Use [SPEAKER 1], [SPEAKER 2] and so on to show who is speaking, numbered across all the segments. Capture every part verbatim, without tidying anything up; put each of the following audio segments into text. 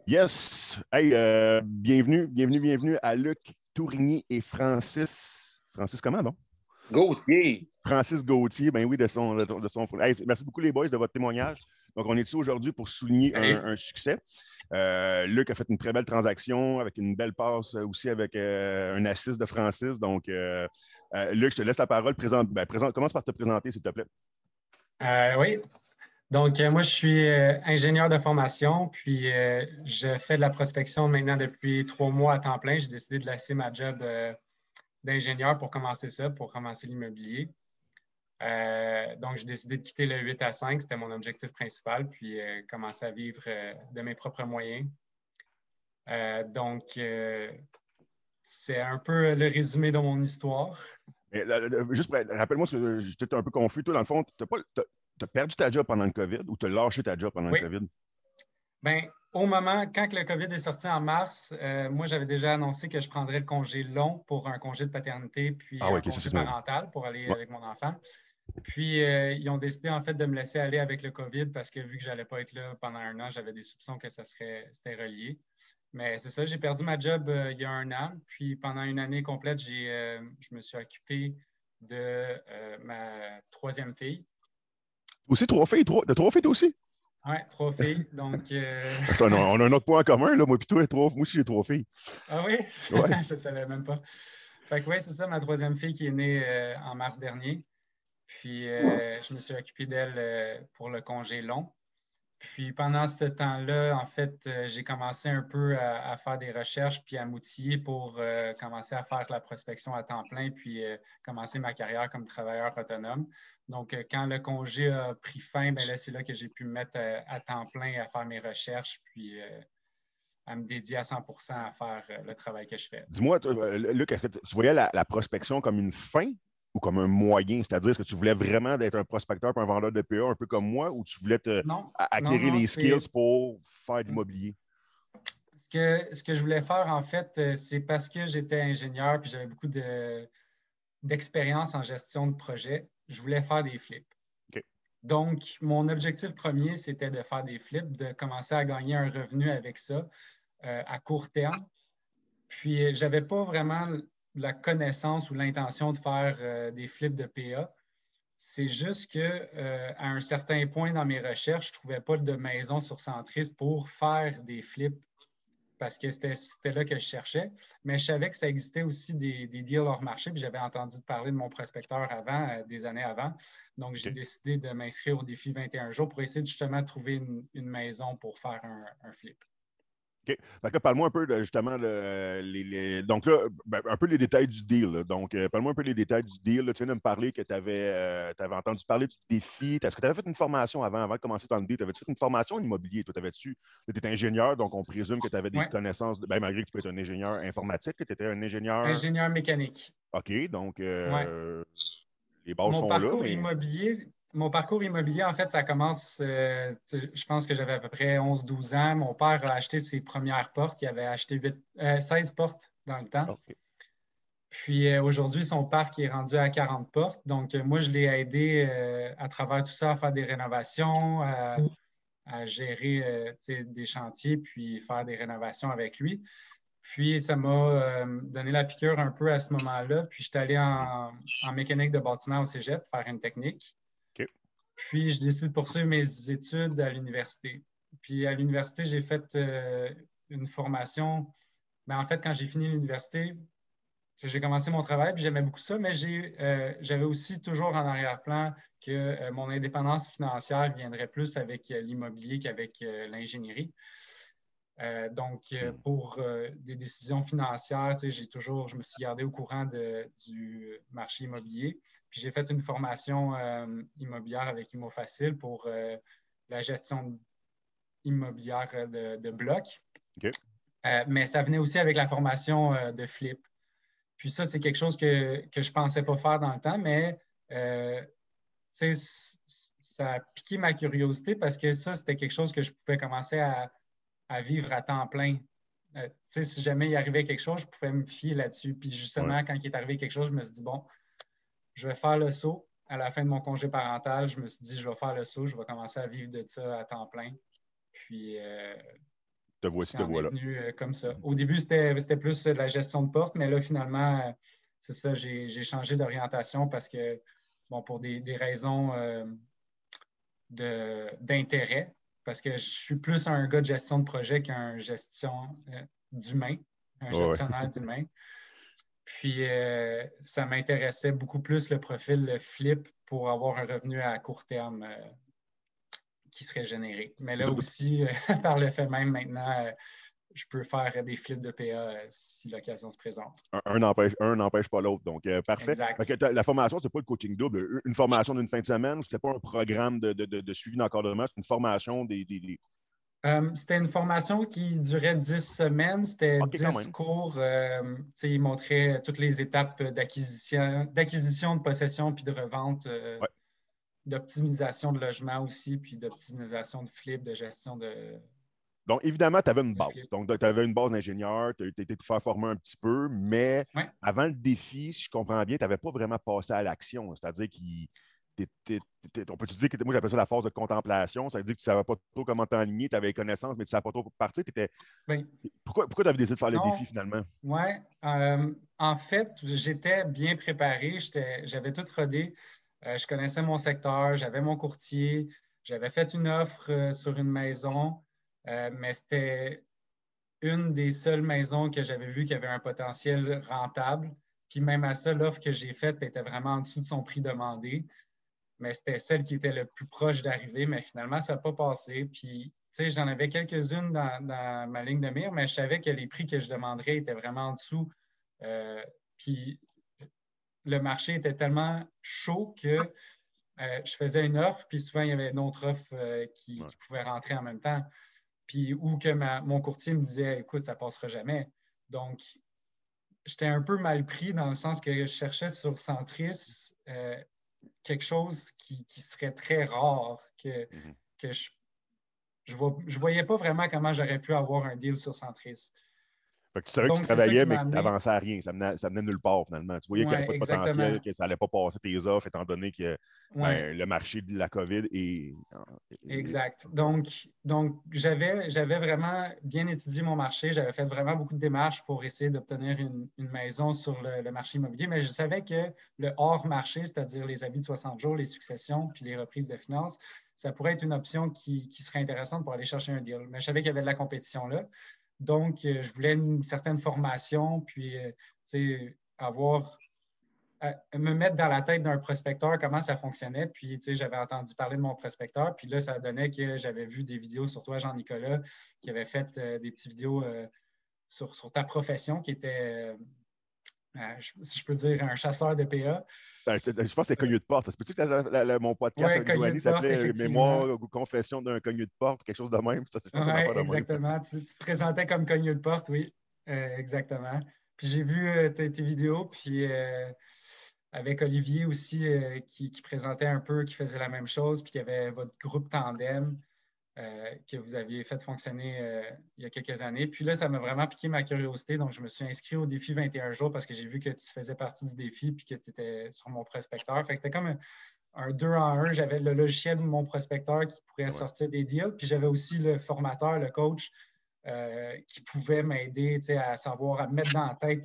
[SPEAKER 1] Yes! Hey, euh, bienvenue, bienvenue, bienvenue à Luc Tourigny et Francis. Francis, comment, bon?
[SPEAKER 2] Gauthier.
[SPEAKER 1] Francis Gauthier, ben oui, de son. De, de son hey, merci beaucoup, les boys, de votre témoignage. Donc, on est ici aujourd'hui pour souligner un,
[SPEAKER 2] Salut.
[SPEAKER 1] un succès. Euh, Luc a fait une très belle transaction avec une belle passe aussi avec euh, un assist de Francis. Donc, euh, euh, Luc, je te laisse la parole. Présente, ben, présente, commence par te présenter, s'il te plaît.
[SPEAKER 3] Euh, oui. Donc, euh, moi, je suis euh, ingénieur de formation, puis euh, je fais de la prospection maintenant depuis trois mois à temps plein. J'ai décidé de laisser ma job euh, d'ingénieur pour commencer ça, pour commencer l'immobilier. Euh, donc, j'ai décidé de quitter le huit à cinq, c'était mon objectif principal, puis euh, commencer à vivre euh, de mes propres moyens. Euh, donc, euh, c'est un peu le résumé de mon histoire.
[SPEAKER 1] Mais, euh, juste pour, rappelle-moi, parce que j'étais un peu confus. Toi, dans le fond, tu as perdu ta job pendant le COVID ou tu as lâché ta job pendant
[SPEAKER 3] Oui.
[SPEAKER 1] le COVID?
[SPEAKER 3] Bien, au moment, quand le COVID est sorti en mars, euh, moi, j'avais déjà annoncé que je prendrais le congé long pour un congé de paternité puis
[SPEAKER 1] Ah oui,
[SPEAKER 3] un
[SPEAKER 1] ok, ça,
[SPEAKER 3] congé
[SPEAKER 1] c'est bon.
[SPEAKER 3] parental pour aller
[SPEAKER 1] Ouais.
[SPEAKER 3] avec mon enfant. Puis, euh, ils ont décidé, en fait, de me laisser aller avec le COVID parce que vu que je n'allais pas être là pendant un an, j'avais des soupçons que ça serait, c'était relié. Mais c'est ça, j'ai perdu ma job euh, il y a un an. Puis, pendant une année complète, j'ai, euh, je me suis occupé de euh, ma troisième fille.
[SPEAKER 1] Aussi, trois filles, trois, de trois filles, toi aussi?
[SPEAKER 3] Oui, trois filles. Donc, euh...
[SPEAKER 1] Ça, on, a, on a un autre point en commun, là, moi et toi, trois, moi aussi, j'ai trois filles.
[SPEAKER 3] Ah oui?
[SPEAKER 1] Ouais.
[SPEAKER 3] Je ne savais même pas. Fait que oui, c'est ça, ma troisième fille qui est née euh, en mars dernier. Puis, euh, je me suis occupé d'elle euh, pour le congé long. Puis, pendant ce temps-là, en fait, euh, j'ai commencé un peu à, à faire des recherches puis à m'outiller pour euh, commencer à faire la prospection à temps plein puis euh, commencer ma carrière comme travailleur autonome. Donc, euh, quand le congé a pris fin, bien là, c'est là que j'ai pu me mettre à, à temps plein à faire mes recherches puis euh, à me dédier à cent pour cent à faire euh, le travail que je fais.
[SPEAKER 1] Dis-moi, toi, euh, Luc, est-ce que tu voyais la, la prospection comme une fin ou comme un moyen? C'est-à-dire, est-ce que tu voulais vraiment être un prospecteur et un vendeur de P A un peu comme moi ou tu voulais te,
[SPEAKER 3] Non,
[SPEAKER 1] a-
[SPEAKER 3] non,
[SPEAKER 1] acquérir
[SPEAKER 3] non,
[SPEAKER 1] les
[SPEAKER 3] c'est...
[SPEAKER 1] skills pour faire de l'immobilier?
[SPEAKER 3] Ce que, ce que je voulais faire, en fait, euh, c'est parce que j'étais ingénieur puis j'avais beaucoup de, d'expérience en gestion de projet, je voulais faire des flips.
[SPEAKER 1] OK.
[SPEAKER 3] Donc, mon objectif premier, c'était de faire des flips, de commencer à gagner un revenu avec ça euh, à court terme. Puis, je n'avais pas vraiment la connaissance ou l'intention de faire euh, des flips de P A. C'est juste que euh, à un certain point dans mes recherches, je ne trouvais pas de maison sur Centris pour faire des flips parce que c'était, c'était là que je cherchais. Mais je savais que ça existait aussi des, des deals hors marché, puis j'avais entendu parler de mon prospecteur avant, euh, des années avant. Donc, j'ai
[SPEAKER 1] OK.
[SPEAKER 3] décidé de m'inscrire au défi vingt et un jours pour essayer de justement trouver une, une maison pour faire un, un flip.
[SPEAKER 1] OK. Fait que là, parle-moi un peu de justement le, les, les- donc là, ben, un peu les détails du deal. Là. Donc, euh, parle-moi un peu les détails du deal. Là. Tu viens de me parler que tu avais, euh, entendu parler du défi. Est-ce que tu avais fait une formation avant, avant de commencer ton deal? Tu avais-tu fait une formation en immobilier? Toi, t'avais-tu, tu étais ingénieur, donc on présume que tu avais des
[SPEAKER 3] Oui,
[SPEAKER 1] connaissances, de- ben, malgré que tu peux être un ingénieur informatique, tu étais un ingénieur.
[SPEAKER 3] ingénieur mécanique.
[SPEAKER 1] OK, donc
[SPEAKER 3] Oui.
[SPEAKER 1] euh, les bases
[SPEAKER 3] Mon
[SPEAKER 1] sont là,
[SPEAKER 3] parcours
[SPEAKER 1] mais.
[SPEAKER 3] immobilier, mon parcours immobilier, en fait, ça commence, euh, je pense que j'avais à peu près onze douze ans. Mon père a acheté ses premières portes. Il avait acheté huit, euh, seize portes dans le temps.
[SPEAKER 1] OK.
[SPEAKER 3] Puis euh, aujourd'hui, son parc est rendu à quarante portes. Donc, euh, moi, je l'ai aidé euh, à travers tout ça à faire des rénovations, à, à gérer euh, des chantiers, puis faire des rénovations avec lui. Puis, ça m'a euh, donné la piqûre un peu à ce moment-là. Puis, je suis allé en, en mécanique de bâtiment au cégep faire une technique.
[SPEAKER 1] OK.
[SPEAKER 3] Puis, je décide de poursuivre mes études à l'université. Puis, à l'université, j'ai fait euh, une formation. Mais en fait, quand j'ai fini l'université, j'ai commencé mon travail, puis j'aimais beaucoup ça, mais j'ai, euh, j'avais aussi toujours en arrière-plan que euh, mon indépendance financière viendrait plus avec euh, l'immobilier qu'avec euh, l'ingénierie. Euh, donc, euh, pour euh, des décisions financières, j'ai toujours, je me suis gardé au courant de, du marché immobilier. Puis j'ai fait une formation euh, immobilière avec ImmoFacile pour euh, la gestion immobilière de, de blocs.
[SPEAKER 1] OK.
[SPEAKER 3] Euh, mais ça venait aussi avec la formation euh, de Flip. Puis ça, c'est quelque chose que, que je ne pensais pas faire dans le temps, mais euh, ça a piqué ma curiosité parce que ça, c'était quelque chose que je pouvais commencer à, à vivre à temps plein. Euh, si jamais il arrivait quelque chose, je pouvais me fier là-dessus. Puis justement,
[SPEAKER 1] Ouais.
[SPEAKER 3] quand il est arrivé quelque chose, je me suis dit, bon, je vais faire le saut. À la fin de mon congé parental, je me suis dit, je vais faire le saut, je vais commencer à vivre de ça à temps plein. Puis, euh,
[SPEAKER 1] Te voici, te voilà.
[SPEAKER 3] C'est venu euh, comme ça. Au début, c'était, c'était plus de la gestion de porte, mais là, finalement, euh, c'est ça, j'ai, j'ai changé d'orientation parce que, bon, pour des, des raisons euh, de, d'intérêt, parce que je suis plus un gars de gestion de projet qu'un gestion euh, d'humain, un
[SPEAKER 1] Ouais,
[SPEAKER 3] gestionnaire d'humain. Puis, euh, ça m'intéressait beaucoup plus le profil le flip pour avoir un revenu à court terme euh, qui serait généré. Mais là
[SPEAKER 1] ouais.
[SPEAKER 3] aussi, euh, par le fait même, maintenant, euh, je peux faire des flips de P A euh, si l'occasion se présente.
[SPEAKER 1] Un n'empêche un n'empêche pas l'autre. Donc, euh, parfait. Fait
[SPEAKER 3] Exact.
[SPEAKER 1] que la formation, c'est pas le coaching double. Une formation d'une fin de semaine ou c'était pas un programme de, de, de, de suivi d'encadrement, c'est une formation des. des, des...
[SPEAKER 3] Euh, c'était une formation qui durait dix semaines. C'était
[SPEAKER 1] OK, quand
[SPEAKER 3] dix
[SPEAKER 1] même.
[SPEAKER 3] cours. Euh, ils montraient toutes les étapes d'acquisition, d'acquisition de possession puis de revente, euh,
[SPEAKER 1] Ouais.
[SPEAKER 3] d'optimisation de logement aussi, puis d'optimisation de flip, de gestion de.
[SPEAKER 1] Donc, évidemment, tu avais une
[SPEAKER 3] du
[SPEAKER 1] base.
[SPEAKER 3] flip.
[SPEAKER 1] Donc, tu avais une base d'ingénieur, tu as été te faire former un petit peu, mais
[SPEAKER 3] Ouais.
[SPEAKER 1] avant le défi, si je comprends bien, tu n'avais pas vraiment passé à l'action. C'est-à-dire qu'il. On peut te dire que moi j'appelle ça la phase de contemplation, ça veut dire que tu ne savais pas trop comment t'enligner, tu avais les connaissances, mais tu ne savais pas trop partir.
[SPEAKER 3] Ben,
[SPEAKER 1] Pourquoi, pourquoi tu avais décidé de faire le
[SPEAKER 3] non,
[SPEAKER 1] défi finalement?
[SPEAKER 3] ouais. Euh, en fait, j'étais bien préparé, j'étais, j'avais tout rodé. Euh, je connaissais mon secteur, j'avais mon courtier, j'avais fait une offre euh, sur une maison, euh, mais c'était une des seules maisons que j'avais vu qui avait un potentiel rentable. Puis même à ça, l'offre que j'ai faite était vraiment en dessous de son prix demandé. Mais c'était celle qui était le plus proche d'arriver, mais finalement, ça n'a pas passé. Puis, tu sais, j'en avais quelques-unes dans, dans, ma ligne de mire, mais je savais que les prix que je demanderais étaient vraiment en dessous. Euh, puis, le marché était tellement chaud que euh, je faisais une offre, puis souvent, il y avait une autre offre euh, qui,
[SPEAKER 1] Ouais.
[SPEAKER 3] qui, pouvait rentrer en même temps. Puis, ou que ma, mon courtier me disait, écoute, ça ne passera jamais. Donc, j'étais un peu mal pris dans le sens que je cherchais sur Centris euh, quelque chose qui, qui, serait très rare, que, mm-hmm. que je je ne voyais pas vraiment comment j'aurais pu avoir un deal sur Centris.
[SPEAKER 1] Fait que tu savais Donc, que tu travaillais, mais que tu n'avançais à rien. Ça menait, ça menait nulle part, finalement. Tu voyais
[SPEAKER 3] ouais,
[SPEAKER 1] qu'il n'y avait pas de
[SPEAKER 3] exactement.
[SPEAKER 1] potentiel, que ça n'allait pas passer tes offres, étant donné que
[SPEAKER 3] ouais.
[SPEAKER 1] ben, le marché de la COVID est.
[SPEAKER 3] Exact. Donc, donc j'avais, j'avais vraiment bien étudié mon marché. J'avais fait vraiment beaucoup de démarches pour essayer d'obtenir une, une maison sur le, le marché immobilier, mais je savais que le hors-marché, c'est-à-dire les avis de soixante jours, les successions, puis les reprises de finances, ça pourrait être une option qui, qui serait intéressante pour aller chercher un deal. Mais je savais qu'il y avait de la compétition là. Donc, euh, je voulais une certaine formation, puis, euh, tu sais, avoir, euh, me mettre dans la tête d'un prospecteur comment ça fonctionnait. Puis, tu sais, j'avais entendu parler de mon prospecteur, puis là, ça donnait que j'avais vu des vidéos sur toi, Jean-Nicolas, qui avait fait euh, des petites vidéos euh, sur, sur ta profession, qui était, euh, je, si je peux dire, un chasseur de P A.
[SPEAKER 1] Ben, je pense que c'était cognu de porte. Peux-tu que la, la, la, mon podcast
[SPEAKER 3] ouais,
[SPEAKER 1] avec Joanie s'appelait Mémoire ou Confession d'un cognu de porte, quelque chose de même?
[SPEAKER 3] Oui, exactement. Tu, tu te présentais comme cognu de porte, oui. Euh, exactement. Puis j'ai vu euh, tes, tes vidéos, puis euh, avec Olivier aussi, euh, qui, qui présentait un peu, qui faisait la même chose, puis il y avait votre groupe Tandem euh, que vous aviez fait fonctionner euh, il y a quelques années. Puis là, ça m'a vraiment piqué ma curiosité, donc je me suis inscrit au défi vingt et un jours parce que j'ai vu que tu faisais partie du défi, puis que tu étais sur mon prospecteur. Fait que c'était comme un, un deux en un. J'avais le logiciel de mon prospecteur qui pourrait ouais. sortir des deals, puis j'avais aussi le formateur, le coach, euh, qui pouvait m'aider à savoir, à me mettre dans la tête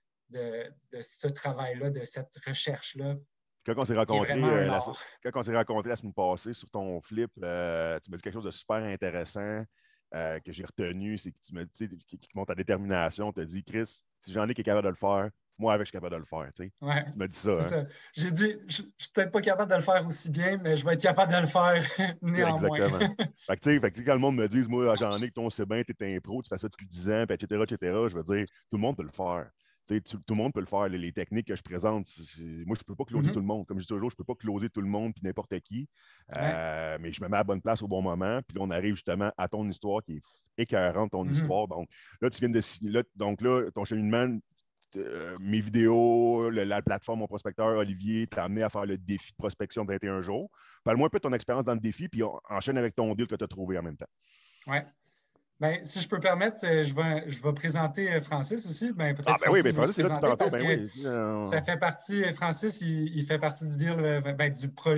[SPEAKER 3] de, de ce travail-là, de cette recherche-là.
[SPEAKER 1] Quand on s'est rencontrés, euh, la, quand on s'est rencontrés la semaine passée sur ton flip, euh, tu m'as dit quelque chose de super intéressant euh, que j'ai retenu, c'est que tu m'as dit, qui, qui montre ta détermination, tu as dit, Chris, si j'en ai qui est capable de le faire, moi avec, je suis capable de le faire. Tu sais.
[SPEAKER 3] Ouais,
[SPEAKER 1] tu m'as dit ça. Hein?
[SPEAKER 3] ça. J'ai dit, je ne suis peut-être pas capable de le faire aussi bien, mais je vais être capable de le faire néanmoins.
[SPEAKER 1] Exactement. fait, que, fait que quand le monde me dit, moi, j'en ai que ton c'est bien, tu es un pro, tu fais ça depuis dix ans, et cetera, et cetera, je veux dire, tout le monde peut le faire. Tout, tout le monde peut le faire. Les, les techniques que je présente, moi, je ne peux pas closer mm-hmm. tout le monde. Comme je dis toujours, je ne peux pas closer tout le monde puis n'importe qui. Euh, ouais. Mais je me mets à la bonne place au bon moment. Puis là, on arrive justement à ton histoire qui est écœurante, ton mm-hmm. histoire. Donc là, tu viens de là, donc là, ton cheminement, euh, mes vidéos, le, la plateforme, mon prospecteur, Olivier, t'a amené à faire le défi de prospection de vingt et un jours. Parle-moi un peu de ton expérience dans le défi, puis on enchaîne avec ton deal que tu as trouvé en même temps.
[SPEAKER 3] Oui. Ben, si je peux permettre, je vais, je vais présenter Francis aussi. Ben, peut-être
[SPEAKER 1] ah, ben
[SPEAKER 3] Francis
[SPEAKER 1] oui, ben Francis, c'est là tout tantôt.
[SPEAKER 3] Parce
[SPEAKER 1] ben
[SPEAKER 3] que
[SPEAKER 1] oui.
[SPEAKER 3] Ça fait partie, Francis, il, il fait partie du deal, ben, du projet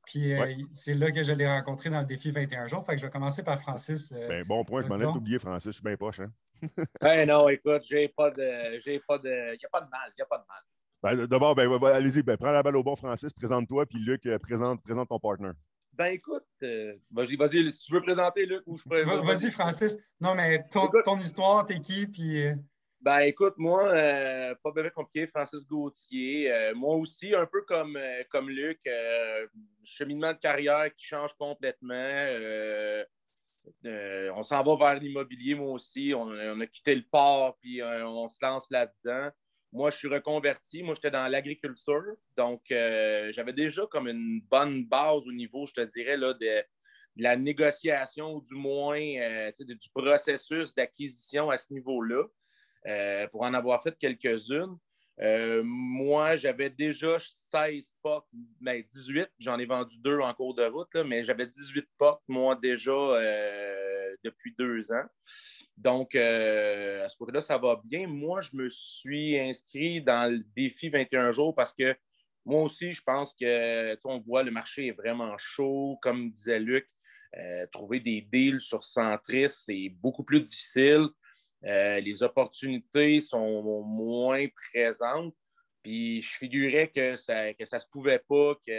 [SPEAKER 3] Puis euh,
[SPEAKER 1] Ouais.
[SPEAKER 3] c'est là que je l'ai rencontré dans le défi vingt et un jours. Fait que je vais commencer par Francis. Euh,
[SPEAKER 1] Ben, bon point, je m'en
[SPEAKER 3] vas-y
[SPEAKER 1] allais
[SPEAKER 3] donc.
[SPEAKER 1] t'oublier, Francis, je suis bien poche. Hein?
[SPEAKER 2] Ben non, écoute, j'ai pas de. J'ai pas de. Il n'y a pas de mal, il n'y a pas de mal.
[SPEAKER 1] Ben, d'abord, ben, ben, allez-y, ben, prends la balle au bon, Francis, présente-toi, puis Luc, euh, présente, présente ton partner.
[SPEAKER 2] Ben écoute, euh, vas-y, vas-y, si tu veux présenter, Luc, ou je peux.
[SPEAKER 3] Va- Vas-y,
[SPEAKER 2] Vas-y.
[SPEAKER 3] Francis. Non, mais ton,
[SPEAKER 2] Écoute,
[SPEAKER 3] ton histoire, t'es qui? Puis. euh,
[SPEAKER 2] ben écoute, moi, euh, pas bien compliqué, Francis Gauthier. Euh, moi aussi, un peu comme, euh, comme Luc, euh, cheminement de carrière qui change complètement. Euh, euh, on s'en va vers l'immobilier, moi aussi. On, on a quitté le port, puis euh, on se lance là-dedans. Moi, je suis reconverti. Moi, j'étais dans l'agriculture. Donc, euh, j'avais déjà comme une bonne base au niveau, je te dirais, là, de, de la négociation, ou du moins euh, de, du processus d'acquisition à ce niveau-là. Euh, pour en avoir fait quelques-unes. Euh, moi, j'avais déjà seize portes, ben dix-huit, j'en ai vendu deux en cours de route, là, mais j'avais dix-huit portes, moi, déjà euh, depuis deux ans. Donc, euh, à ce côté-là, ça va bien. Moi, je me suis inscrit dans le défi vingt et un jours parce que moi aussi, je pense que, on voit, le marché est vraiment chaud. Comme disait Luc, euh, trouver des deals sur Centris, c'est beaucoup plus difficile. Euh, les opportunités sont moins présentes. Puis je figurais que ça que ça se pouvait pas, qu'il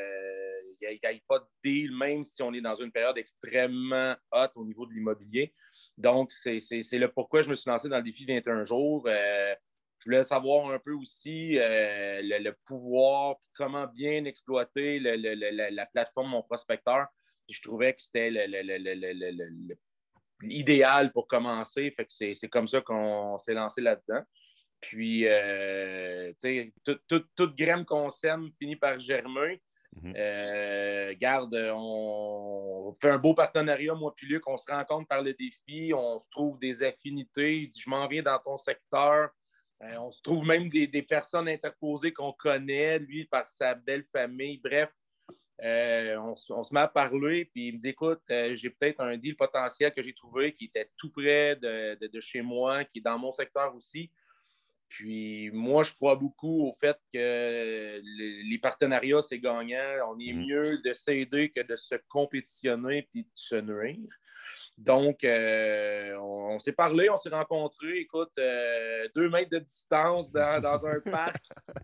[SPEAKER 2] n'y ait, ait pas de deal, même si on est dans une période extrêmement haute au niveau de l'immobilier. Donc, c'est, c'est, c'est le pourquoi je me suis lancé dans le défi vingt et un jours. Euh, je voulais savoir un peu aussi euh, le, le pouvoir, puis comment bien exploiter le, le, le, la, la plateforme Mon Prospecteur. Puis je trouvais que c'était le, le, le, le, le, le idéal pour commencer. Fait que c'est, c'est comme ça qu'on s'est lancé là-dedans. Puis, euh, tu sais, toute, toute, toute graine qu'on sème finit par germer.
[SPEAKER 1] Mhm.
[SPEAKER 2] Euh, garde, on fait un beau partenariat, moi puis Luc, on se rencontre par le défi, on se trouve des affinités. Il dit, je m'en viens dans ton secteur. Euh, on se trouve même des, des personnes interposées qu'on connaît, lui, par sa belle famille. Bref, euh, on, on, se met à parler, puis il me dit, écoute, euh, j'ai peut-être un deal potentiel que j'ai trouvé qui était tout près de, de, de chez moi, qui est dans mon secteur aussi. Puis moi, je crois beaucoup au fait que les partenariats, c'est gagnant. On est
[SPEAKER 1] Mhm.
[SPEAKER 2] mieux de s'aider que de se compétitionner puis de se nuire. Donc, euh, on, on s'est parlé, on s'est rencontrés, écoute, euh, deux mètres de distance dans, dans un parc.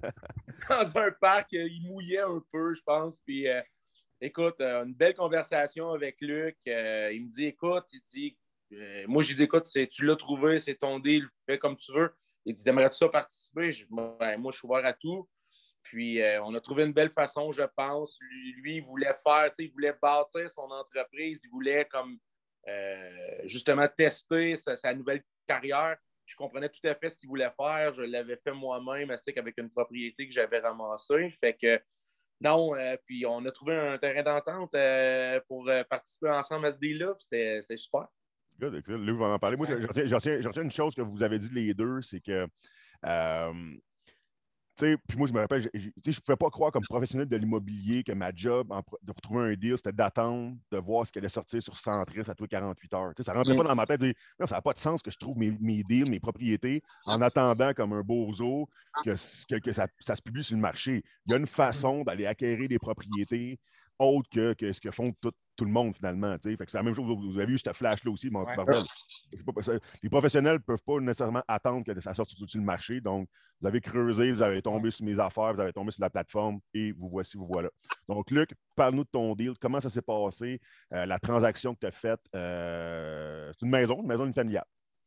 [SPEAKER 2] Dans un parc, euh, il mouillait un peu, je pense. Puis, euh, écoute, euh, une belle conversation avec Luc. Euh, il me dit, écoute, il dit, euh, moi, j'ai dit, écoute, tu l'as trouvé, c'est ton deal, fais comme tu veux. Il dit, t'aimerais-tu ça participer? Je, ben, moi, je suis ouvert à tout. Puis, euh, on a trouvé une belle façon, je pense. Lui, lui il voulait faire, il voulait bâtir son entreprise. Il voulait, comme, euh, justement, tester sa, sa nouvelle carrière. Je comprenais tout à fait ce qu'il voulait faire. Je l'avais fait moi-même, ainsi qu'avec une propriété que j'avais ramassée. Fait que, non, euh, puis on a trouvé un terrain d'entente euh, pour euh, participer ensemble à ce deal-là. C'était super.
[SPEAKER 1] Good, excellent. Luc va en parler. Moi, je, je, retiens, je, retiens, je retiens une chose que vous avez dit les deux, c'est que euh, tu sais, puis moi, je me rappelle, je ne pouvais pas croire comme professionnel de l'immobilier que ma job en, de retrouver un deal, c'était d'attendre, de voir ce qui allait sortir sur Centris à tous les quarante-huit heures. Tu sais, ça ne rentrait
[SPEAKER 2] Mm.
[SPEAKER 1] pas dans ma tête de dire non, ça n'a pas de sens que je trouve mes, mes deals, mes propriétés, en attendant comme un bozo que, que, que ça, ça se publie sur le marché. Il y a une façon d'aller acquérir des propriétés autres que, que ce que font tout, tout le monde finalement. Fait que c'est la même chose. Vous avez vu ce flash-là aussi, mon
[SPEAKER 3] Ouais.
[SPEAKER 1] bordel. Pas, ça, les professionnels ne peuvent pas nécessairement attendre que ça sorte sur, sur le marché. Donc, vous avez creusé, vous avez tombé
[SPEAKER 3] Ouais.
[SPEAKER 1] sur mes affaires, vous avez tombé sur la plateforme et vous voici, vous voilà. Donc, Luc, parle-nous de ton deal. Comment ça s'est passé? Euh, la transaction que tu as faite, euh, c'est une maison, une maison d'une familiale.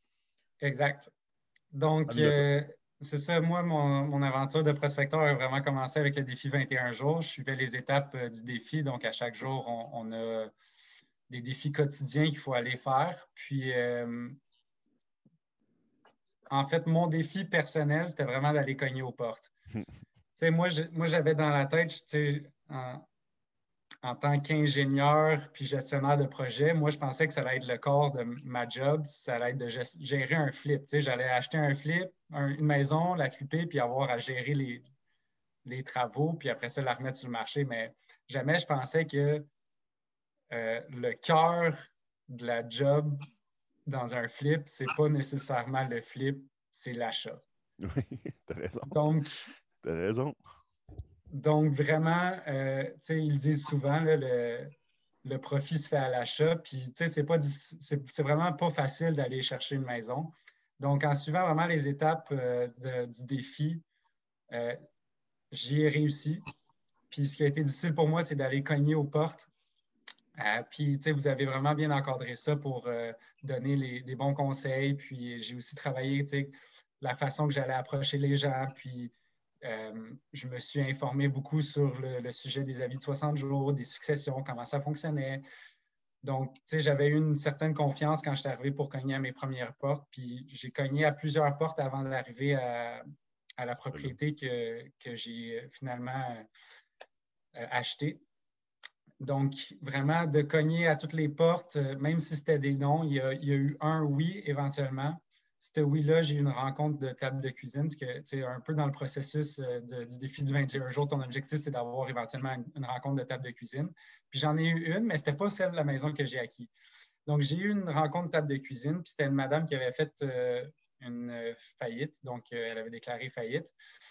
[SPEAKER 3] Exact. Donc, euh, c'est ça, moi, mon, mon aventure de prospecteur a vraiment commencé avec le défi vingt et un jours. Je suivais les étapes euh, du défi. Donc, à chaque jour, on, on a des défis quotidiens qu'il faut aller faire. Puis, euh, en fait, mon défi personnel, c'était vraiment d'aller cogner aux portes. Tu sais, moi, je- moi, j'avais dans la tête, tu sais, en, en tant qu'ingénieur puis gestionnaire de projet, moi, je pensais que ça allait être le corps de ma job, ça allait être de gest- gérer un flip. Tu sais, j'allais acheter un flip, un- une maison, la flipper, puis avoir à gérer les, les travaux, puis après ça, la remettre sur le marché. Mais jamais je pensais que euh, le cœur de la job dans un flip, c'est pas nécessairement le flip, c'est l'achat.
[SPEAKER 1] Oui, t'as raison.
[SPEAKER 3] Donc,
[SPEAKER 1] T'as raison.
[SPEAKER 3] Donc, vraiment, euh, ils disent souvent, là, le, le profit se fait à l'achat. Puis, c'est pas c'est, c'est vraiment pas facile d'aller chercher une maison. Donc, en suivant vraiment les étapes euh, de, du défi, euh, j'y ai réussi. Puis, ce qui a été difficile pour moi, c'est d'aller cogner aux portes. Euh, puis, vous avez vraiment bien encadré ça pour euh, donner les, les bons conseils. Puis, j'ai aussi travaillé la façon que j'allais approcher les gens. Puis, Euh, je me suis informé beaucoup sur le, le sujet des avis de soixante jours, des successions, comment ça fonctionnait. Donc, tu sais, j'avais eu une certaine confiance quand je suis arrivé pour cogner à mes premières portes. Puis, j'ai cogné à plusieurs portes avant d'arriver à, à la propriété que, que j'ai finalement euh, achetée. Donc, vraiment, de cogner à toutes les portes, même si c'était des non, il y a, il y a eu un oui éventuellement. Ce oui-là, j'ai eu une rencontre de table de cuisine, parce que c'est un peu dans le processus de, du défi du vingt et un jours, ton objectif, c'est d'avoir éventuellement une, une rencontre de table de cuisine. Puis j'en ai eu une, mais ce n'était pas celle de la maison que j'ai acquis. Donc, j'ai eu une rencontre de table de cuisine, puis c'était une madame qui avait fait euh, une faillite, donc euh, elle avait déclaré faillite.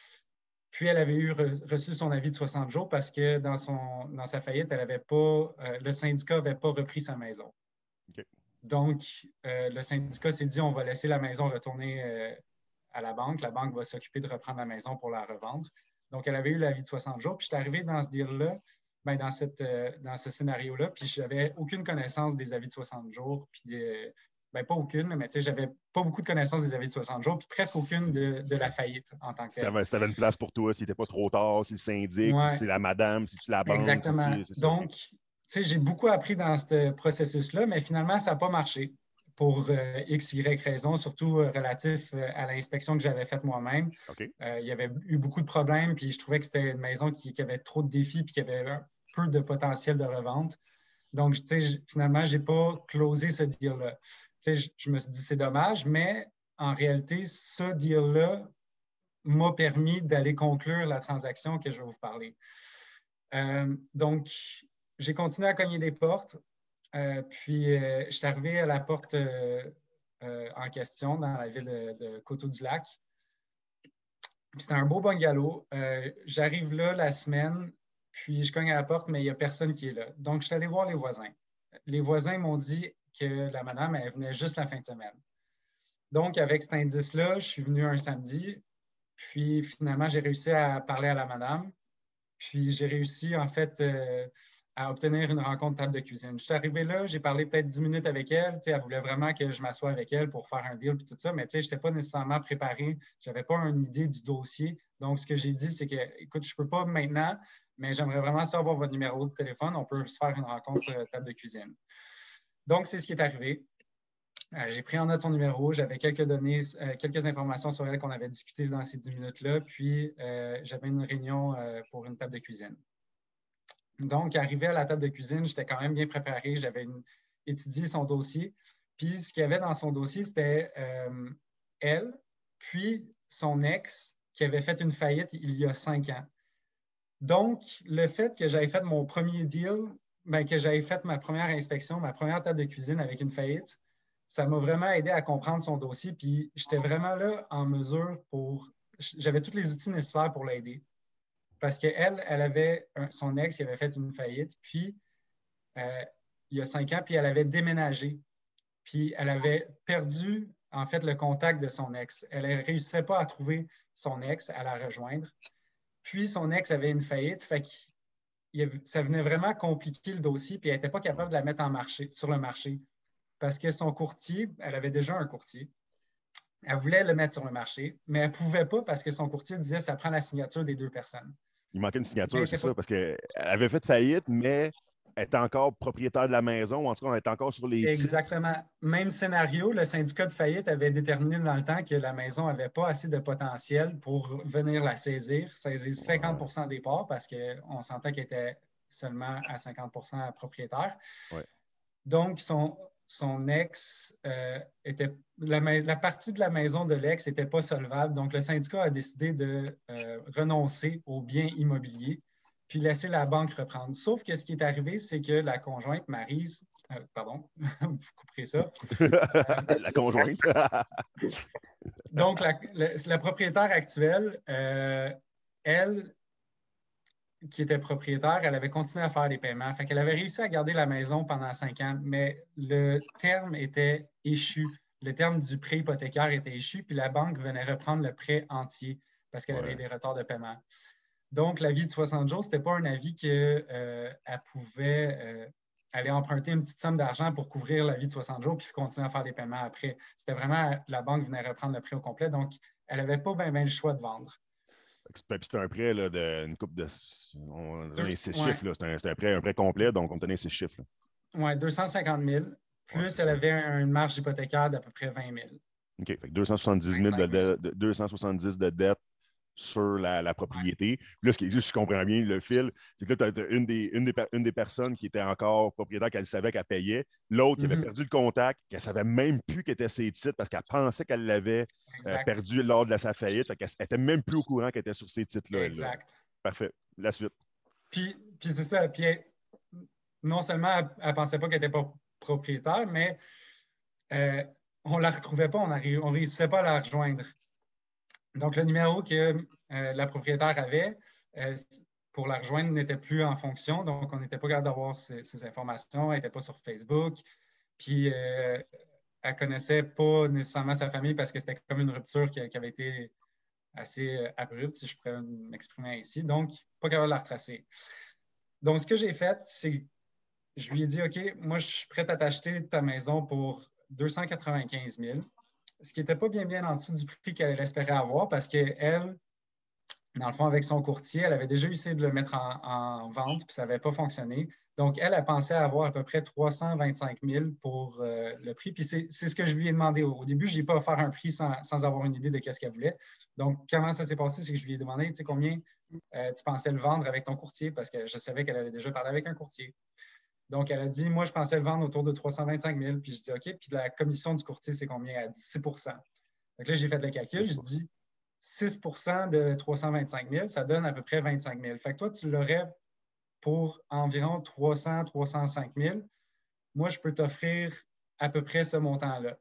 [SPEAKER 3] Puis, elle avait eu re- reçu son avis de soixante jours parce que dans, son, dans sa faillite, elle avait pas, euh, le syndicat n'avait pas repris sa maison.
[SPEAKER 1] Okay.
[SPEAKER 3] Donc, euh, le syndicat s'est dit, on va laisser la maison retourner euh, à la banque. La banque va s'occuper de reprendre la maison pour la revendre. Donc, elle avait eu l'avis de soixante jours. Puis, je suis arrivé dans ce deal-là, ben, dans, cette, euh, dans ce scénario-là, puis je n'avais aucune connaissance des avis de soixante jours, puis de, ben, pas aucune, mais tu sais, j'avais pas beaucoup de connaissances des avis de soixante jours, puis presque aucune de, de la faillite en tant que telle.
[SPEAKER 1] Si tu avais une place pour toi, si n'était pas trop tard, si le syndic,
[SPEAKER 3] Ouais,
[SPEAKER 1] si c'est la madame, si tu la banque.
[SPEAKER 3] exactement.
[SPEAKER 1] Si tu, c'est ça,
[SPEAKER 3] Donc,
[SPEAKER 1] okay.
[SPEAKER 3] tu sais, j'ai beaucoup appris dans ce processus-là, mais finalement, ça n'a pas marché pour euh, X, Y raison, surtout euh, relatif euh, à l'inspection que j'avais faite moi-même.
[SPEAKER 1] Okay.
[SPEAKER 3] Euh, il y avait eu beaucoup de problèmes, puis je trouvais que c'était une maison qui, qui avait trop de défis, puis qui avait un peu de potentiel de revente. Donc, tu sais, finalement, je n'ai pas closé ce deal-là. Tu sais, je, je me suis dit, c'est dommage, mais en réalité, ce deal-là m'a permis d'aller conclure la transaction que je vais vous parler. Euh, donc, j'ai continué à cogner des portes. Euh, puis, euh, je suis arrivé à la porte euh, euh, en question dans la ville de, de Coteau-du-Lac. C'était un beau bungalow. Euh, j'arrive là la semaine, puis je cogne à la porte, mais il n'y a personne qui est là. Donc, je suis allé voir les voisins. Les voisins m'ont dit que la madame, elle venait juste la fin de semaine. Donc, avec cet indice-là, je suis venu un samedi, puis finalement, j'ai réussi à parler à la madame. Puis j'ai réussi, en fait, euh, à obtenir une rencontre table de cuisine. Je suis arrivé là, j'ai parlé peut-être dix minutes avec elle. Elle voulait vraiment que je m'assoie avec elle pour faire un deal et tout ça, mais je n'étais pas nécessairement préparé. Je n'avais pas une idée du dossier. Donc, ce que j'ai dit, c'est que, écoute, je ne peux pas maintenant, mais j'aimerais vraiment savoir votre numéro de téléphone. On peut se faire une rencontre euh, table de cuisine. Donc, c'est ce qui est arrivé. Euh, j'ai pris en note son numéro, j'avais quelques données, euh, quelques informations sur elle qu'on avait discutées dans ces dix minutes-là, puis euh, j'avais une réunion euh, pour une table de cuisine. Donc, arrivé à la table de cuisine, j'étais quand même bien préparé, j'avais une, étudié son dossier, puis ce qu'il y avait dans son dossier, c'était euh, elle, puis son ex qui avait fait une faillite il y a cinq ans. Donc, le fait que j'avais fait mon premier deal, ben, que j'avais fait ma première inspection, ma première table de cuisine avec une faillite, ça m'a vraiment aidé à comprendre son dossier. Puis j'étais vraiment là en mesure pour. J'avais tous les outils nécessaires pour l'aider. Parce qu'elle, elle avait un, son ex qui avait fait une faillite, puis euh, il y a cinq ans, puis elle avait déménagé. Puis elle avait perdu, en fait, le contact de son ex. Elle ne réussissait pas à trouver son ex, à la rejoindre. Puis son ex avait une faillite, fait que ça venait vraiment compliquer le dossier, puis elle n'était pas capable de la mettre en marché, sur le marché. Parce que son courtier, elle avait déjà un courtier. Elle voulait le mettre sur le marché, mais elle ne pouvait pas parce que son courtier disait que ça prend la signature des deux personnes.
[SPEAKER 1] Il manquait une signature, c'est
[SPEAKER 3] pas...
[SPEAKER 1] ça, parce qu'elle avait fait faillite, mais elle était encore propriétaire de la maison, ou en tout cas, elle était encore sur les
[SPEAKER 3] Exactement.
[SPEAKER 1] titres.
[SPEAKER 3] Même scénario, le syndicat de faillite avait déterminé dans le temps que la maison n'avait pas assez de potentiel pour venir la saisir, saisir cinquante pour cent des parts parce qu'on sentait qu'elle était seulement à cinquante pour cent propriétaire.
[SPEAKER 1] Ouais.
[SPEAKER 3] Donc, son, son ex euh, était. La, la partie de la maison de l'ex n'était pas solvable. Donc, le syndicat a décidé de euh, renoncer aux biens immobiliers puis laisser la banque reprendre. Sauf que ce qui est arrivé, c'est que la conjointe, Maryse, euh, pardon, vous couperez ça.
[SPEAKER 1] La conjointe.
[SPEAKER 3] Donc, la, la, la propriétaire actuelle, euh, elle, qui était propriétaire, elle avait continué à faire les paiements. Fait qu'elle avait réussi à garder la maison pendant cinq ans, mais le terme était échu. Le terme du prêt hypothécaire était échu, puis la banque venait reprendre le prêt entier parce qu'elle ouais. avait des retards de paiement. Donc, l'avis de soixante jours, ce n'était pas un avis qu'elle euh, pouvait euh, aller emprunter une petite somme d'argent pour couvrir l'avis de soixante jours puis continuer à faire des paiements après. C'était vraiment, la banque venait reprendre le prêt au complet, donc elle n'avait pas bien ben le choix de vendre.
[SPEAKER 1] C'était un prêt là, d'une coupe de. On a six
[SPEAKER 3] ouais.
[SPEAKER 1] chiffres. C'était un, un, prêt, un prêt complet, donc on tenait six chiffres.
[SPEAKER 3] Oui, deux cent cinquante mille. Plus ouais, elle avait une marge hypothécaire d'à peu près vingt mille.
[SPEAKER 1] OK. Fait que deux cent soixante-dix mille de, de, de, deux cent soixante-dix de dette sur la, la propriété. Ouais. Puis là, ce qui est juste, je comprends bien le fil, c'est que là, tu as une des, une, des, une des personnes qui était encore propriétaire, qu'elle savait qu'elle payait. L'autre qui mm-hmm. avait perdu le contact, qu'elle ne savait même plus qu'elle était ses titres parce qu'elle pensait qu'elle l'avait euh, perdu lors de sa faillite. Elle n'était même plus au courant qu'elle était sur ces titres-là.
[SPEAKER 3] Exact.
[SPEAKER 1] Là. Parfait. La suite.
[SPEAKER 3] Puis, puis c'est ça. Puis elle, non seulement elle ne pensait pas qu'elle n'était pas propriétaire, mais euh, on ne la retrouvait pas, on ne réussissait pas à la rejoindre. Donc, le numéro que euh, la propriétaire avait euh, pour la rejoindre n'était plus en fonction. Donc, on n'était pas capable d'avoir ces, ces informations. Elle n'était pas sur Facebook. Puis, euh, elle ne connaissait pas nécessairement sa famille parce que c'était comme une rupture qui, qui avait été assez abrupte, si je pourrais m'exprimer ici. Donc, pas capable de la retracer. Donc, ce que j'ai fait, c'est je lui ai dit, OK, moi, je suis prête à t'acheter ta maison pour deux cent quatre-vingt-quinze mille. Ce qui n'était pas bien, bien en dessous du prix qu'elle espérait avoir parce qu'elle, dans le fond, avec son courtier, elle avait déjà essayé de le mettre en, en vente, puis ça n'avait pas fonctionné. Donc, elle, elle pensait avoir à peu près trois cent vingt-cinq mille pour euh, le prix. Puis c'est, c'est ce que je lui ai demandé. Au début, je n'ai pas offert un prix sans, sans avoir une idée de ce qu'elle voulait. Donc, comment ça s'est passé? C'est que je lui ai demandé, tu sais, combien euh, tu pensais le vendre avec ton courtier parce que je savais qu'elle avait déjà parlé avec un courtier. Donc, elle a dit, moi, je pensais le vendre autour de trois cent vingt-cinq mille. Puis je dis, OK, puis la commission du courtier, c'est combien? Elle a dit six pour cent. Donc là, j'ai fait le calcul. Je dis, six pour cent de trois cent vingt-cinq mille, ça donne à peu près vingt-cinq mille. Fait que toi, tu l'aurais pour environ trois cents à trois cent cinq mille. Moi, je peux t'offrir à peu près ce montant-là.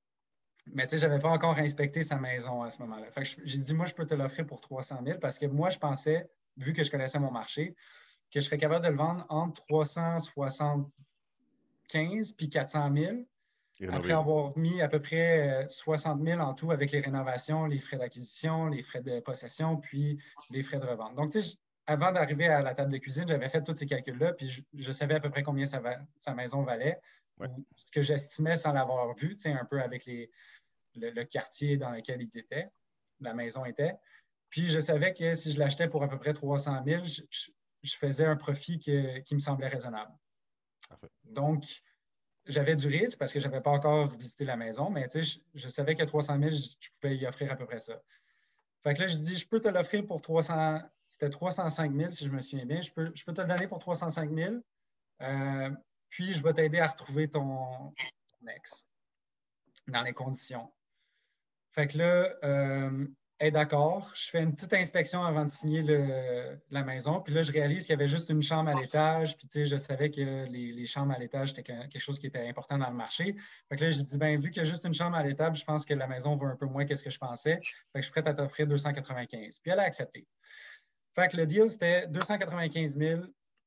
[SPEAKER 3] Mais tu sais, je n'avais pas encore inspecté sa maison à ce moment-là. Fait que j'ai dit, moi, je peux te l'offrir pour trois cent mille parce que moi, je pensais, vu que je connaissais mon marché, que je serais capable de le vendre entre trois cent soixante-quinze puis quatre cent mille, après avoir mis à peu près soixante mille en tout avec les rénovations, les frais d'acquisition, les frais de possession, puis les frais de revente. Donc, tu sais, avant d'arriver à la table de cuisine, j'avais fait tous ces calculs-là, puis je, je savais à peu près combien sa, sa maison valait, ouais. ou ce que j'estimais sans l'avoir vu, tu sais, un peu avec les, le, le quartier dans lequel il était, la maison était. Puis, je savais que si je l'achetais pour à peu près trois cent mille, je, je je faisais un profit que, qui me semblait raisonnable. Parfait. Donc, j'avais du risque parce que je n'avais pas encore visité la maison, mais je, je savais que trois cent mille, je, je pouvais y offrir à peu près ça. Fait que là, je dis, je peux te l'offrir pour trois cents, c'était trois cent cinq mille si je me souviens bien. Je peux, je peux te le donner pour trois cent cinq mille, euh, puis je vais t'aider à retrouver ton, ton ex dans les conditions. Fait que là, euh, hey, d'accord, je fais une petite inspection avant de signer le, la maison. Puis là, je réalise qu'il y avait juste une chambre à l'étage. Puis, tu sais, je savais que les, les chambres à l'étage, c'était quelque chose qui était important dans le marché. Fait que là, j'ai dit, bien, vu qu'il y a juste une chambre à l'étage, je pense que la maison vaut un peu moins que ce que je pensais. Fait que je suis prête à t'offrir deux cent quatre-vingt-quinze. Puis elle a accepté. Fait que le deal, c'était deux cent quatre-vingt-quinze mille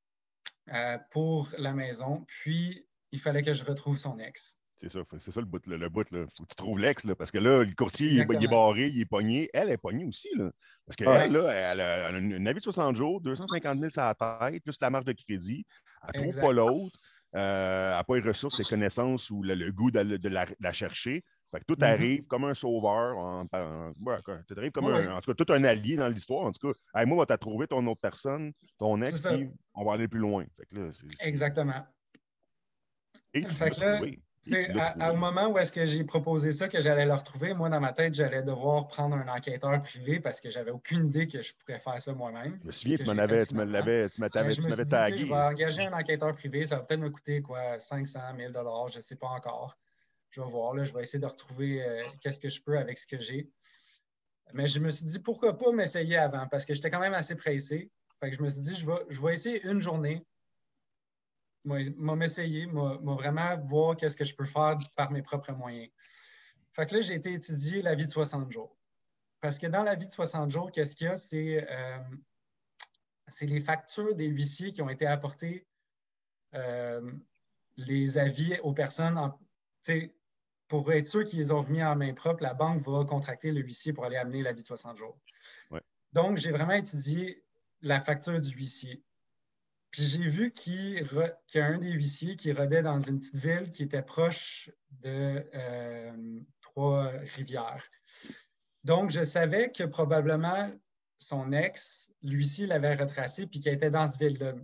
[SPEAKER 3] euh, pour la maison. Puis, il fallait que je retrouve son ex.
[SPEAKER 1] C'est ça, c'est ça le bout. Là, le bout, là. Faut que tu trouves l'ex, là, parce que là, le courtier, il est, il est barré, il est pogné. Elle est pognée aussi. Là, parce qu'elle, ouais. là, elle a, elle a un avis de soixante jours, deux cent cinquante mille sur la tête, plus la marge de crédit. Elle ne trouve pas l'autre. Euh, elle n'a pas les ressources, les connaissances ou le, le goût de, de, la, de la chercher. Fait que tout mm-hmm. arrive comme un sauveur. En, en, ouais, tout arrive comme ouais. un, en tout cas, tout un allié dans l'histoire. En tout cas, hey, moi, on va t'as trouvé ton autre personne, ton ex, puis on va aller plus loin. Fait que là, c'est, c'est...
[SPEAKER 3] Exactement.
[SPEAKER 1] Et tu l'as trouvé.
[SPEAKER 3] C'est à, à, au moment où est-ce que j'ai proposé ça, que j'allais le retrouver, moi, dans ma tête, j'allais devoir prendre un enquêteur privé parce que j'avais aucune idée que je pourrais faire ça moi-même.
[SPEAKER 1] Je me souviens, tu, avais, tu me l'avais, tu m'avais, tu m'avais
[SPEAKER 3] tagué. Je vais engager un enquêteur privé, ça va peut-être me coûter quoi, cinq cent mille dollars, je ne sais pas encore. Je vais voir, là, je vais essayer de retrouver euh, qu'est-ce que je peux avec ce que j'ai. Mais je me suis dit, pourquoi pas m'essayer avant, parce que j'étais quand même assez pressé. Fait que je me suis dit, je vais, je vais essayer une journée. M'a m'essayer, m'a vraiment voir qu'est-ce que je peux faire par mes propres moyens. Fait que là, j'ai été étudier la vie de soixante jours. Parce que dans la vie de soixante jours, qu'est-ce qu'il y a? C'est euh, c'est les factures des huissiers qui ont été apportées, euh, les avis aux personnes, en, pour être sûr qu'ils les ont remis en main propre, la banque va contracter le huissier pour aller amener l'avis de soixante jours.
[SPEAKER 1] Ouais. Donc,
[SPEAKER 3] j'ai vraiment étudié la facture du huissier. Puis j'ai vu qu'il, re, qu'il y a un des huissiers qui rodait dans une petite ville qui était proche de euh, Trois-Rivières. Donc, je savais que probablement son ex, l'huissier l'avait retracé puis qu'elle était dans cette ville-là.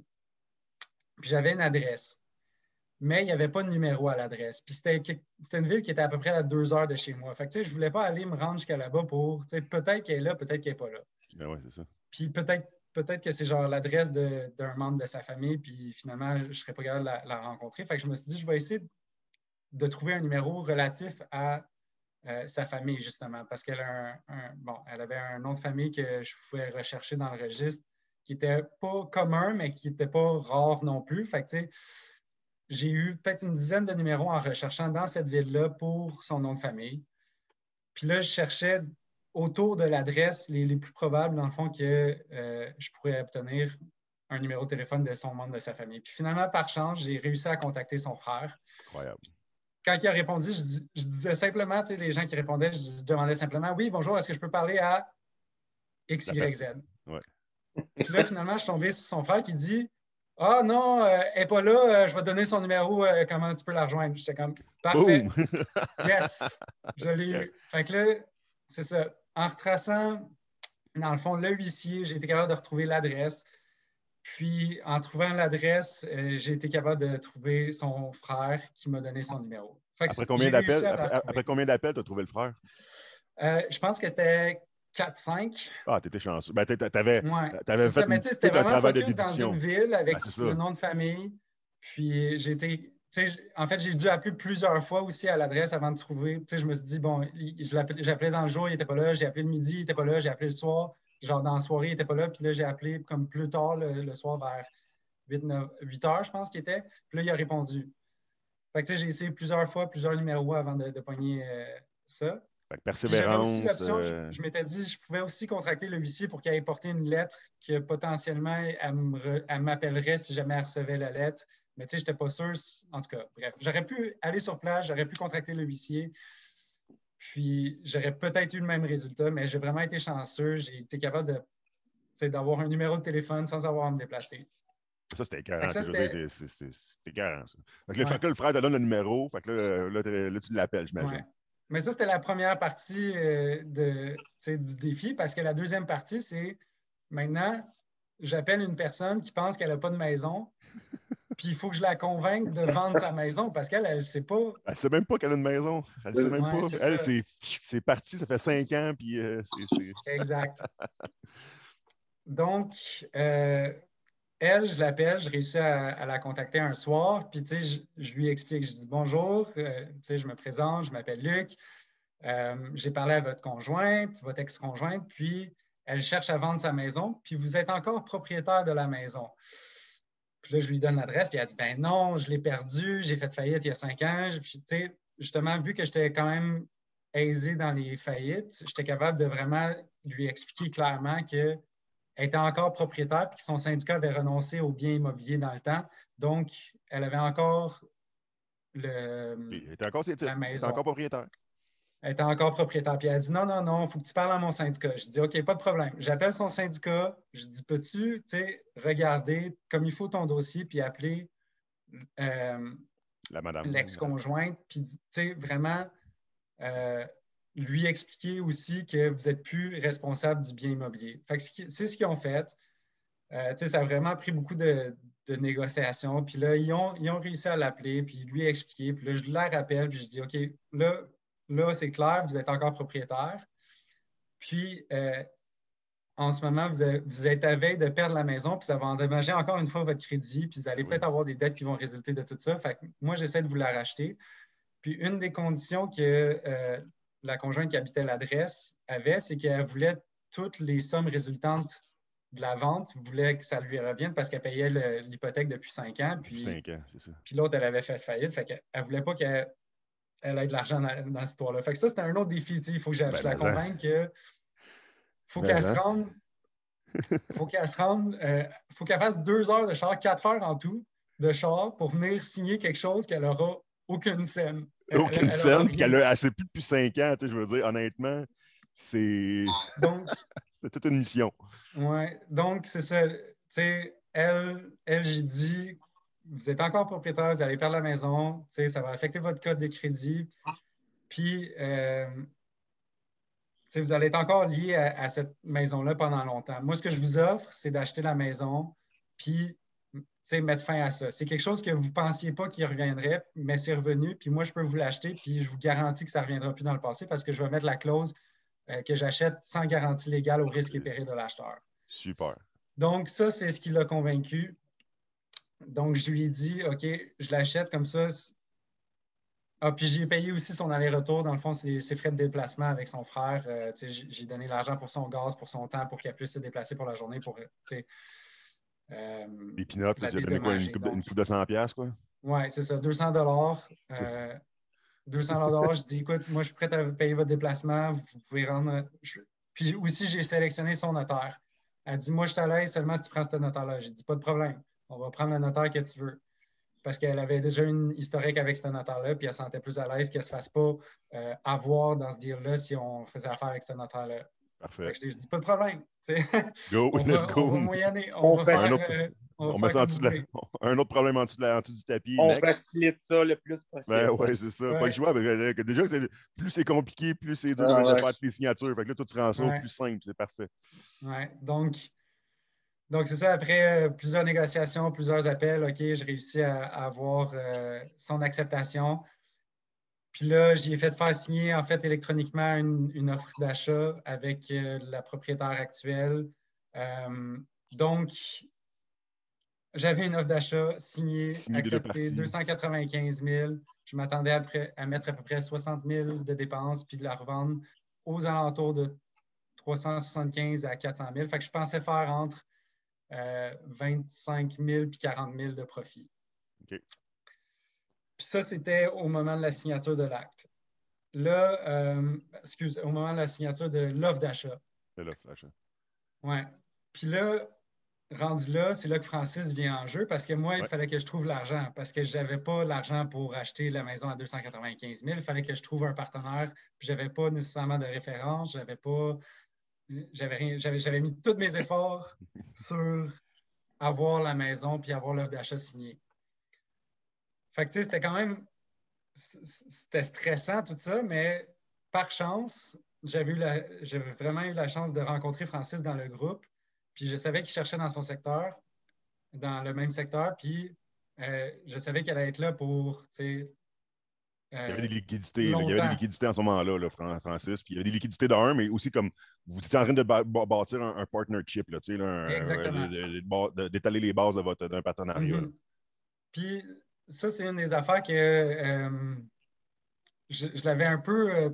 [SPEAKER 3] Puis j'avais une adresse. Mais il n'y avait pas de numéro à l'adresse. Puis c'était, c'était une ville qui était à peu près à deux heures de chez moi. Fait que, tu sais, je ne voulais pas aller me rendre jusqu'à là-bas pour, tu sais, peut-être qu'elle est là, peut-être qu'elle n'est pas là.
[SPEAKER 1] Ben ouais, c'est ça.
[SPEAKER 3] Puis peut-être, peut-être que c'est genre l'adresse de, d'un membre de sa famille, puis finalement, je ne serais pas capable de la, la rencontrer. Fait que je me suis dit, je vais essayer de trouver un numéro relatif à euh, sa famille, justement, parce qu'elle a un, un, bon, elle avait un nom de famille que je pouvais rechercher dans le registre qui n'était pas commun, mais qui n'était pas rare non plus. Fait que, tu sais, j'ai eu peut-être une dizaine de numéros en recherchant dans cette ville-là pour son nom de famille. Puis là, je cherchais autour de l'adresse les, les plus probables, dans le fond, que euh, je pourrais obtenir un numéro de téléphone de son membre de sa famille. Puis finalement, par chance, j'ai réussi à contacter son frère.
[SPEAKER 1] Incroyable. Quand
[SPEAKER 3] il a répondu, je, dis, je disais simplement, tu sais, les gens qui répondaient, je demandais simplement, oui, bonjour, est-ce que je peux parler à X Y Z?
[SPEAKER 1] Ouais.
[SPEAKER 3] Puis là, finalement, je suis tombé sur son frère qui dit, ah non, euh, elle n'est pas là, euh, je vais te donner son numéro, euh, comment tu peux la rejoindre. J'étais comme, parfait. Boom. Yes, je l'ai eu. Fait que là, c'est ça. En retraçant, dans le fond, le huissier, j'ai été capable de retrouver l'adresse. Puis, en trouvant l'adresse, euh, j'ai été capable de trouver son frère qui m'a donné son numéro. Fait que
[SPEAKER 1] après, combien d'appels, après, après combien d'appels tu as trouvé le frère?
[SPEAKER 3] Euh, je pense que c'était quatre cinq.
[SPEAKER 1] Ah, t'étais chanceux. Ben, t'avais,
[SPEAKER 3] ouais,
[SPEAKER 1] t'avais fait
[SPEAKER 3] ça, mais c'était vraiment
[SPEAKER 1] un travail de
[SPEAKER 3] focus
[SPEAKER 1] déduction.
[SPEAKER 3] Dans une ville avec
[SPEAKER 1] ben,
[SPEAKER 3] le nom de famille. Puis, j'ai été... En fait, j'ai dû appeler plusieurs fois aussi à l'adresse avant de trouver. Je me suis dit, bon, j'appelais dans le jour, il n'était pas là. J'ai appelé le midi, il n'était pas là. J'ai appelé le soir. Genre, dans la soirée, il n'était pas là. Puis là, j'ai appelé comme plus tard le, le soir vers huit, neuf, huit heures, je pense qu'il était. Puis là, il a répondu. Fait que, j'ai essayé plusieurs fois, plusieurs numéros avant de, de pogner euh, ça.
[SPEAKER 1] Fait que persévérance.
[SPEAKER 3] J'avais aussi l'option,
[SPEAKER 1] euh...
[SPEAKER 3] je, je m'étais dit, je pouvais aussi contracter le huissier pour qu'il aille porter une lettre que potentiellement, elle, me, elle m'appellerait si jamais elle recevait la lettre. Mais tu sais, je n'étais pas sûr. En tout cas, bref, j'aurais pu aller sur place, j'aurais pu contracter le huissier. Puis, j'aurais peut-être eu le même résultat, mais j'ai vraiment été chanceux. J'ai été capable de, d'avoir un numéro de téléphone sans avoir à me déplacer.
[SPEAKER 1] Ça, c'était écœurant.
[SPEAKER 3] Ça,
[SPEAKER 1] c'était... C'était, c'était écœurant, ça. Fait que, ouais. Fait que là, le frère te donne le numéro. Fait que là, là, là, là tu l'appelles, j'imagine.
[SPEAKER 3] Ouais. Mais ça, c'était la première partie euh, de, du défi, parce que la deuxième partie, c'est maintenant, j'appelle une personne qui pense qu'elle n'a pas de maison, puis il faut que je la convainque de vendre sa maison, parce qu'elle, elle ne sait pas.
[SPEAKER 1] Elle ne sait même pas qu'elle a une maison. Elle ne sait même
[SPEAKER 3] ouais,
[SPEAKER 1] pas.
[SPEAKER 3] C'est
[SPEAKER 1] elle, c'est, c'est parti, ça fait cinq ans, puis euh, c'est, c'est...
[SPEAKER 3] Exact. Donc, euh, elle, je l'appelle, je réussis à, à la contacter un soir, puis tu sais, je, je lui explique, je dis bonjour, euh, tu sais, je me présente, je m'appelle Luc, euh, j'ai parlé à votre conjointe, votre ex-conjointe, puis elle cherche à vendre sa maison, puis vous êtes encore propriétaire de la maison. Puis là, je lui donne l'adresse, puis elle dit, ben non, je l'ai perdu, j'ai fait faillite il y a cinq ans, puis tu sais, justement, vu que j'étais quand même aisé dans les faillites, j'étais capable de vraiment lui expliquer clairement que elle était encore propriétaire puis que son syndicat avait renoncé aux biens immobiliers dans le temps. Donc, elle avait encore le,
[SPEAKER 1] elle était encore,
[SPEAKER 3] la maison.
[SPEAKER 1] Elle était encore propriétaire.
[SPEAKER 3] Elle était encore propriétaire. Puis elle a dit non, non, non, il faut que tu parles à mon syndicat. Je dis OK, pas de problème. J'appelle son syndicat. Je dis peux-tu regarder comme il faut ton dossier puis appeler euh,
[SPEAKER 1] la madame.
[SPEAKER 3] l'ex-conjointe. Puis vraiment. Euh, lui expliquer aussi que vous n'êtes plus responsable du bien immobilier. Fait que c'est ce qu'ils ont fait. Euh, ça a vraiment pris beaucoup de, de négociations. Puis là, ils ont, ils ont réussi à l'appeler, puis lui expliquer. Puis là, je la rappelle, puis je dis, OK, là, là c'est clair, vous êtes encore propriétaire. Puis, euh, en ce moment, vous, avez, vous êtes à veille de perdre la maison, puis ça va endommager encore une fois votre crédit, puis vous allez oui. peut-être avoir des dettes qui vont résulter de tout ça. Fait que moi, j'essaie de vous la racheter. Puis, une des conditions que euh, la conjointe qui habitait l'adresse avait, c'est qu'elle voulait toutes les sommes résultantes de la vente, voulait que ça lui revienne parce qu'elle payait le, l'hypothèque depuis cinq ans. Puis,
[SPEAKER 1] cinq ans, c'est ça.
[SPEAKER 3] Puis l'autre, elle avait fait faillite. Fait qu'elle ne voulait pas qu'elle elle ait de l'argent dans, dans cette histoire-là. Fait que ça, c'était un autre défi. Il faut que je, ben, je la convainque que faut qu'elle hein? se rende Il faut qu'elle se rende, euh, faut qu'elle fasse deux heures de char, quatre heures en tout de char pour venir signer quelque chose qu'elle n'aura aucune scène. Elle,
[SPEAKER 1] Aucune
[SPEAKER 3] elle, elle aura
[SPEAKER 1] scène, puis
[SPEAKER 3] rien.
[SPEAKER 1] qu'elle a assez plus depuis cinq ans, tu sais, je veux dire, honnêtement, c'est
[SPEAKER 3] Donc,
[SPEAKER 1] c'est toute une mission.
[SPEAKER 3] ouais, donc c'est ça. Tu sais, elle, elle j'ai dit, vous êtes encore propriétaire, vous allez perdre la maison, tu sais, ça va affecter votre code de crédit, puis euh, tu sais, vous allez être encore lié à, à cette maison-là pendant longtemps. Moi, ce que je vous offre, c'est d'acheter la maison, puis tu sais, mettre fin à ça. C'est quelque chose que vous ne pensiez pas qu'il reviendrait, mais c'est revenu, puis moi, je peux vous l'acheter, puis je vous garantis que ça ne reviendra plus dans le passé parce que je vais mettre la clause euh, que j'achète sans garantie légale au risque et péril de l'acheteur.
[SPEAKER 1] Super.
[SPEAKER 3] Donc, ça, c'est ce qui l'a convaincu. Donc, je lui ai dit, OK, je l'achète comme ça. Ah, puis j'ai payé aussi son aller-retour, dans le fond, ses, ses frais de déplacement avec son frère. Euh, j'ai donné l'argent pour son gaz, pour son temps, pour qu'elle puisse se déplacer pour la journée, pour euh,
[SPEAKER 1] Les pinottes,
[SPEAKER 3] la
[SPEAKER 1] tu as donné quoi, une coupe de, une coupe de cent piastres, quoi?
[SPEAKER 3] Oui, c'est ça, deux cents dollars. Euh, deux cents dollars, je dis, écoute, moi, je suis prêt à payer votre déplacement, vous pouvez rendre... Je... Puis aussi, j'ai sélectionné son notaire. Elle dit, moi, je suis à l'aise seulement si tu prends ce notaire-là. J'ai dit, pas de problème, on va prendre le notaire que tu veux. Parce qu'elle avait déjà une historique avec ce notaire-là, puis elle se sentait plus à l'aise qu'elle ne se fasse pas euh, avoir dans ce deal-là si on faisait affaire avec ce notaire-là.
[SPEAKER 1] Parfait.
[SPEAKER 3] Je dis, pas de problème.
[SPEAKER 1] Go,
[SPEAKER 3] on,
[SPEAKER 1] let's
[SPEAKER 3] va,
[SPEAKER 1] go.
[SPEAKER 3] on va moyenner. On,
[SPEAKER 2] On
[SPEAKER 3] va
[SPEAKER 2] fait
[SPEAKER 3] faire,
[SPEAKER 1] un autre,
[SPEAKER 3] euh, on
[SPEAKER 1] on
[SPEAKER 3] va
[SPEAKER 1] met
[SPEAKER 3] faire
[SPEAKER 1] ça en
[SPEAKER 3] comme
[SPEAKER 1] dessous
[SPEAKER 3] vous
[SPEAKER 1] de la, un autre problème en dessous, de la, en dessous du tapis.
[SPEAKER 2] On
[SPEAKER 1] next.
[SPEAKER 2] facilite ça le plus possible.
[SPEAKER 1] Ben ouais, c'est ça.
[SPEAKER 3] Ouais.
[SPEAKER 1] Pas le choix. Mais, que déjà, plus c'est compliqué, plus c'est dur
[SPEAKER 2] ah,
[SPEAKER 1] de
[SPEAKER 2] ouais.
[SPEAKER 1] faire tes signatures. Fait que là, toi, tu rends ça
[SPEAKER 3] Ouais.
[SPEAKER 1] plus simple. C'est parfait.
[SPEAKER 3] Ouais. Donc, donc c'est ça. Après euh, plusieurs négociations, plusieurs appels, OK, j'ai réussi à, à avoir euh, son acceptation. Puis là, j'ai fait faire signer, en fait, électroniquement une, une offre d'achat avec euh, la propriétaire actuelle. Euh, donc, j'avais une offre d'achat signée,
[SPEAKER 1] Signé des deux
[SPEAKER 3] acceptée,
[SPEAKER 1] parties.
[SPEAKER 3] deux cent quatre-vingt-quinze mille. Je m'attendais à, à mettre à peu près soixante mille de dépenses, puis de la revendre aux alentours de trois cent soixante-quinze à quatre cent mille. Fait que je pensais faire entre euh, vingt-cinq mille et quarante mille de profit.
[SPEAKER 1] OK.
[SPEAKER 3] Puis ça, c'était au moment de la signature de l'acte. Là, euh, excuse, au moment de la signature de l'offre d'achat.
[SPEAKER 1] C'est l'offre d'achat.
[SPEAKER 3] Ouais. Puis là, rendu là, c'est là que Francis vient en jeu parce que moi, ouais. il fallait que je trouve l'argent parce que je n'avais pas l'argent pour acheter la maison à deux cent quatre-vingt-quinze mille. Il fallait que je trouve un partenaire. Puis je n'avais pas nécessairement de référence. J'avais pas. J'avais, rien, j'avais, j'avais mis tous mes efforts sur avoir la maison puis avoir l'offre d'achat signée. Fait que tu sais, c'était quand même. C'était stressant tout ça, mais par chance, j'avais, eu la, j'avais vraiment eu la chance de rencontrer Francis dans le groupe. Puis je savais qu'il cherchait dans son secteur, dans le même secteur, puis euh, je savais qu'elle allait être là pour, tu sais,
[SPEAKER 1] euh, il y avait des liquidités. Là, il y avait des liquidités en ce moment-là, là, Francis. Puis il y avait des liquidités d'un, mais aussi comme vous étiez en train de bâtir un, un partnership, là, tu sais, là, un,
[SPEAKER 3] exactement.
[SPEAKER 1] Euh, de, d'étaler les bases de votre, d'un partenariat.
[SPEAKER 3] Mm-hmm. Puis ça, c'est une des affaires que euh, je, je l'avais un peu euh,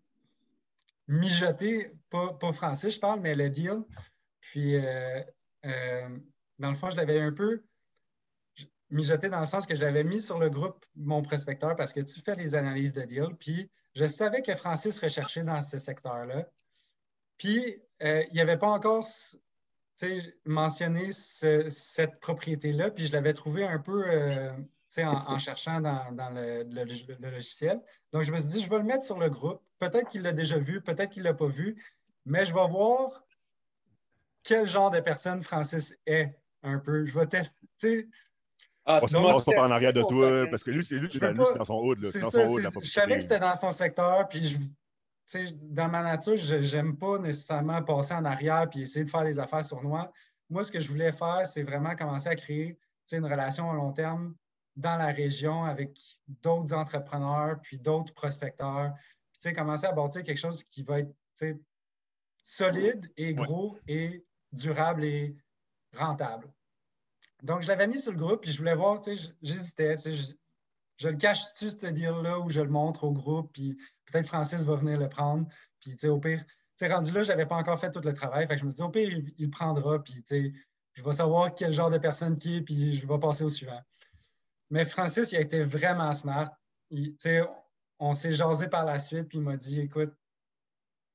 [SPEAKER 3] mijoté, pas, pas Francis, je parle, mais le deal. Puis, euh, euh, dans le fond, je l'avais un peu mijoté dans le sens que je l'avais mis sur le groupe Mon Prospecteur parce que tu fais les analyses de deal. Puis, je savais que Francis recherchait dans ce secteur-là. Puis, euh, il n'y avait pas encore mentionné ce, cette propriété-là. Puis, je l'avais trouvé un peu euh, en, en cherchant dans, dans le, le, le logiciel. Donc, je me suis dit, je vais le mettre sur le groupe. Peut-être qu'il l'a déjà vu, peut-être qu'il ne l'a pas vu, mais je vais voir quel genre de personne Francis est un peu. Je vais tester.
[SPEAKER 1] Ah, tu ne passes pas en arrière de toi, parce que lui, c'est, lui, c'est, dans, lui, c'est dans son hood. Là, c'est dans
[SPEAKER 3] ça,
[SPEAKER 1] son hood, la
[SPEAKER 3] je savais que c'était dans son secteur, puis je, dans ma nature, je n'aime pas nécessairement passer en arrière puis essayer de faire des affaires sournois. Moi, ce que je voulais faire, c'est vraiment commencer à créer une relation à long terme dans la région avec d'autres entrepreneurs, puis d'autres prospecteurs, puis commencer à bâtir quelque chose qui va être solide et gros ouais. et durable et rentable. Donc, je l'avais mis sur le groupe, puis je voulais voir, tu sais, j'hésitais, tu sais, je, je le cache-tu, ce deal-là, ou je le montre au groupe, puis peut-être Francis va venir le prendre, puis, tu sais, au pire, tu sais, rendu là, je n'avais pas encore fait tout le travail, fait que je me suis dit, au pire, il, il le prendra, puis, tu sais, je vais savoir quel genre de personne qui est, puis je vais passer au suivant. Mais Francis, il a été vraiment smart. Tu sais, on s'est jasé par la suite, puis il m'a dit, écoute,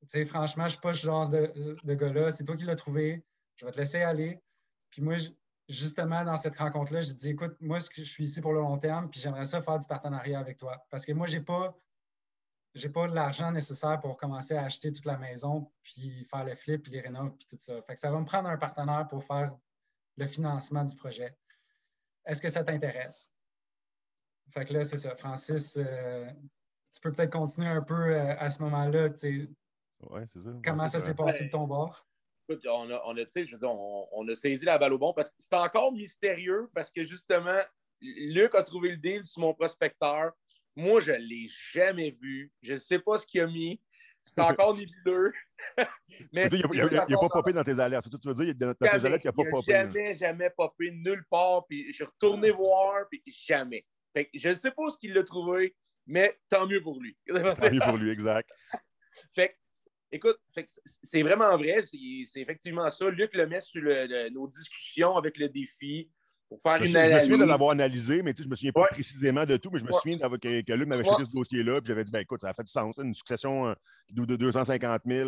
[SPEAKER 3] sais, franchement, je ne suis pas ce genre de, de gars-là. C'est toi qui l'as trouvé. Je vais te laisser aller. Puis moi, je, justement, dans cette rencontre-là, j'ai dit, écoute, moi, je suis ici pour le long terme, puis j'aimerais ça faire du partenariat avec toi. Parce que moi, je n'ai pas, j'ai pas l'argent nécessaire pour commencer à acheter toute la maison, puis faire le flip, puis les rénoves, puis tout ça. Fait que ça va me prendre un partenaire pour faire le financement du projet. Est-ce que ça t'intéresse? Fait que là, c'est ça. Francis, euh, tu peux peut-être continuer un peu euh, à ce moment-là, tu sais,
[SPEAKER 1] ouais, c'est ça.
[SPEAKER 3] comment
[SPEAKER 1] Ouais,
[SPEAKER 3] ça s'est passé de ton bord?
[SPEAKER 2] Écoute, on a, on, a, je veux dire, on, on a saisi la balle au bon parce que c'est encore mystérieux parce que justement, Luc a trouvé le deal sur mon prospecteur. Moi, je ne l'ai jamais vu. Je ne sais pas ce qu'il a mis. C'est encore nébuleux.
[SPEAKER 1] Mais il n'a pas popé dans tes alertes. C'est tout, tu veux dire, dans, dans
[SPEAKER 2] jamais,
[SPEAKER 1] tes alertes, il n'a pas popé.
[SPEAKER 2] Il n'a jamais, hein. jamais popé nulle part. Puis je suis retourné ah. voir, puis jamais. Fait que je ne sais pas ce qu'il l'a trouvé, mais tant mieux pour lui.
[SPEAKER 1] Tant mieux pour lui, exact.
[SPEAKER 2] Fait que, écoute, c'est vraiment vrai. C'est effectivement ça. Luc le met sur le, le, nos discussions avec le défi pour faire
[SPEAKER 1] je
[SPEAKER 2] une
[SPEAKER 1] me
[SPEAKER 2] analyse.
[SPEAKER 1] Je me souviens de l'avoir analysé, mais je ne me souviens pas
[SPEAKER 2] ouais.
[SPEAKER 1] précisément de tout, mais je me ouais. souviens que, que Luc m'avait ouais. jeté ce dossier-là, puis j'avais dit, ben écoute, ça a fait du sens. Une succession de deux cent cinquante mille,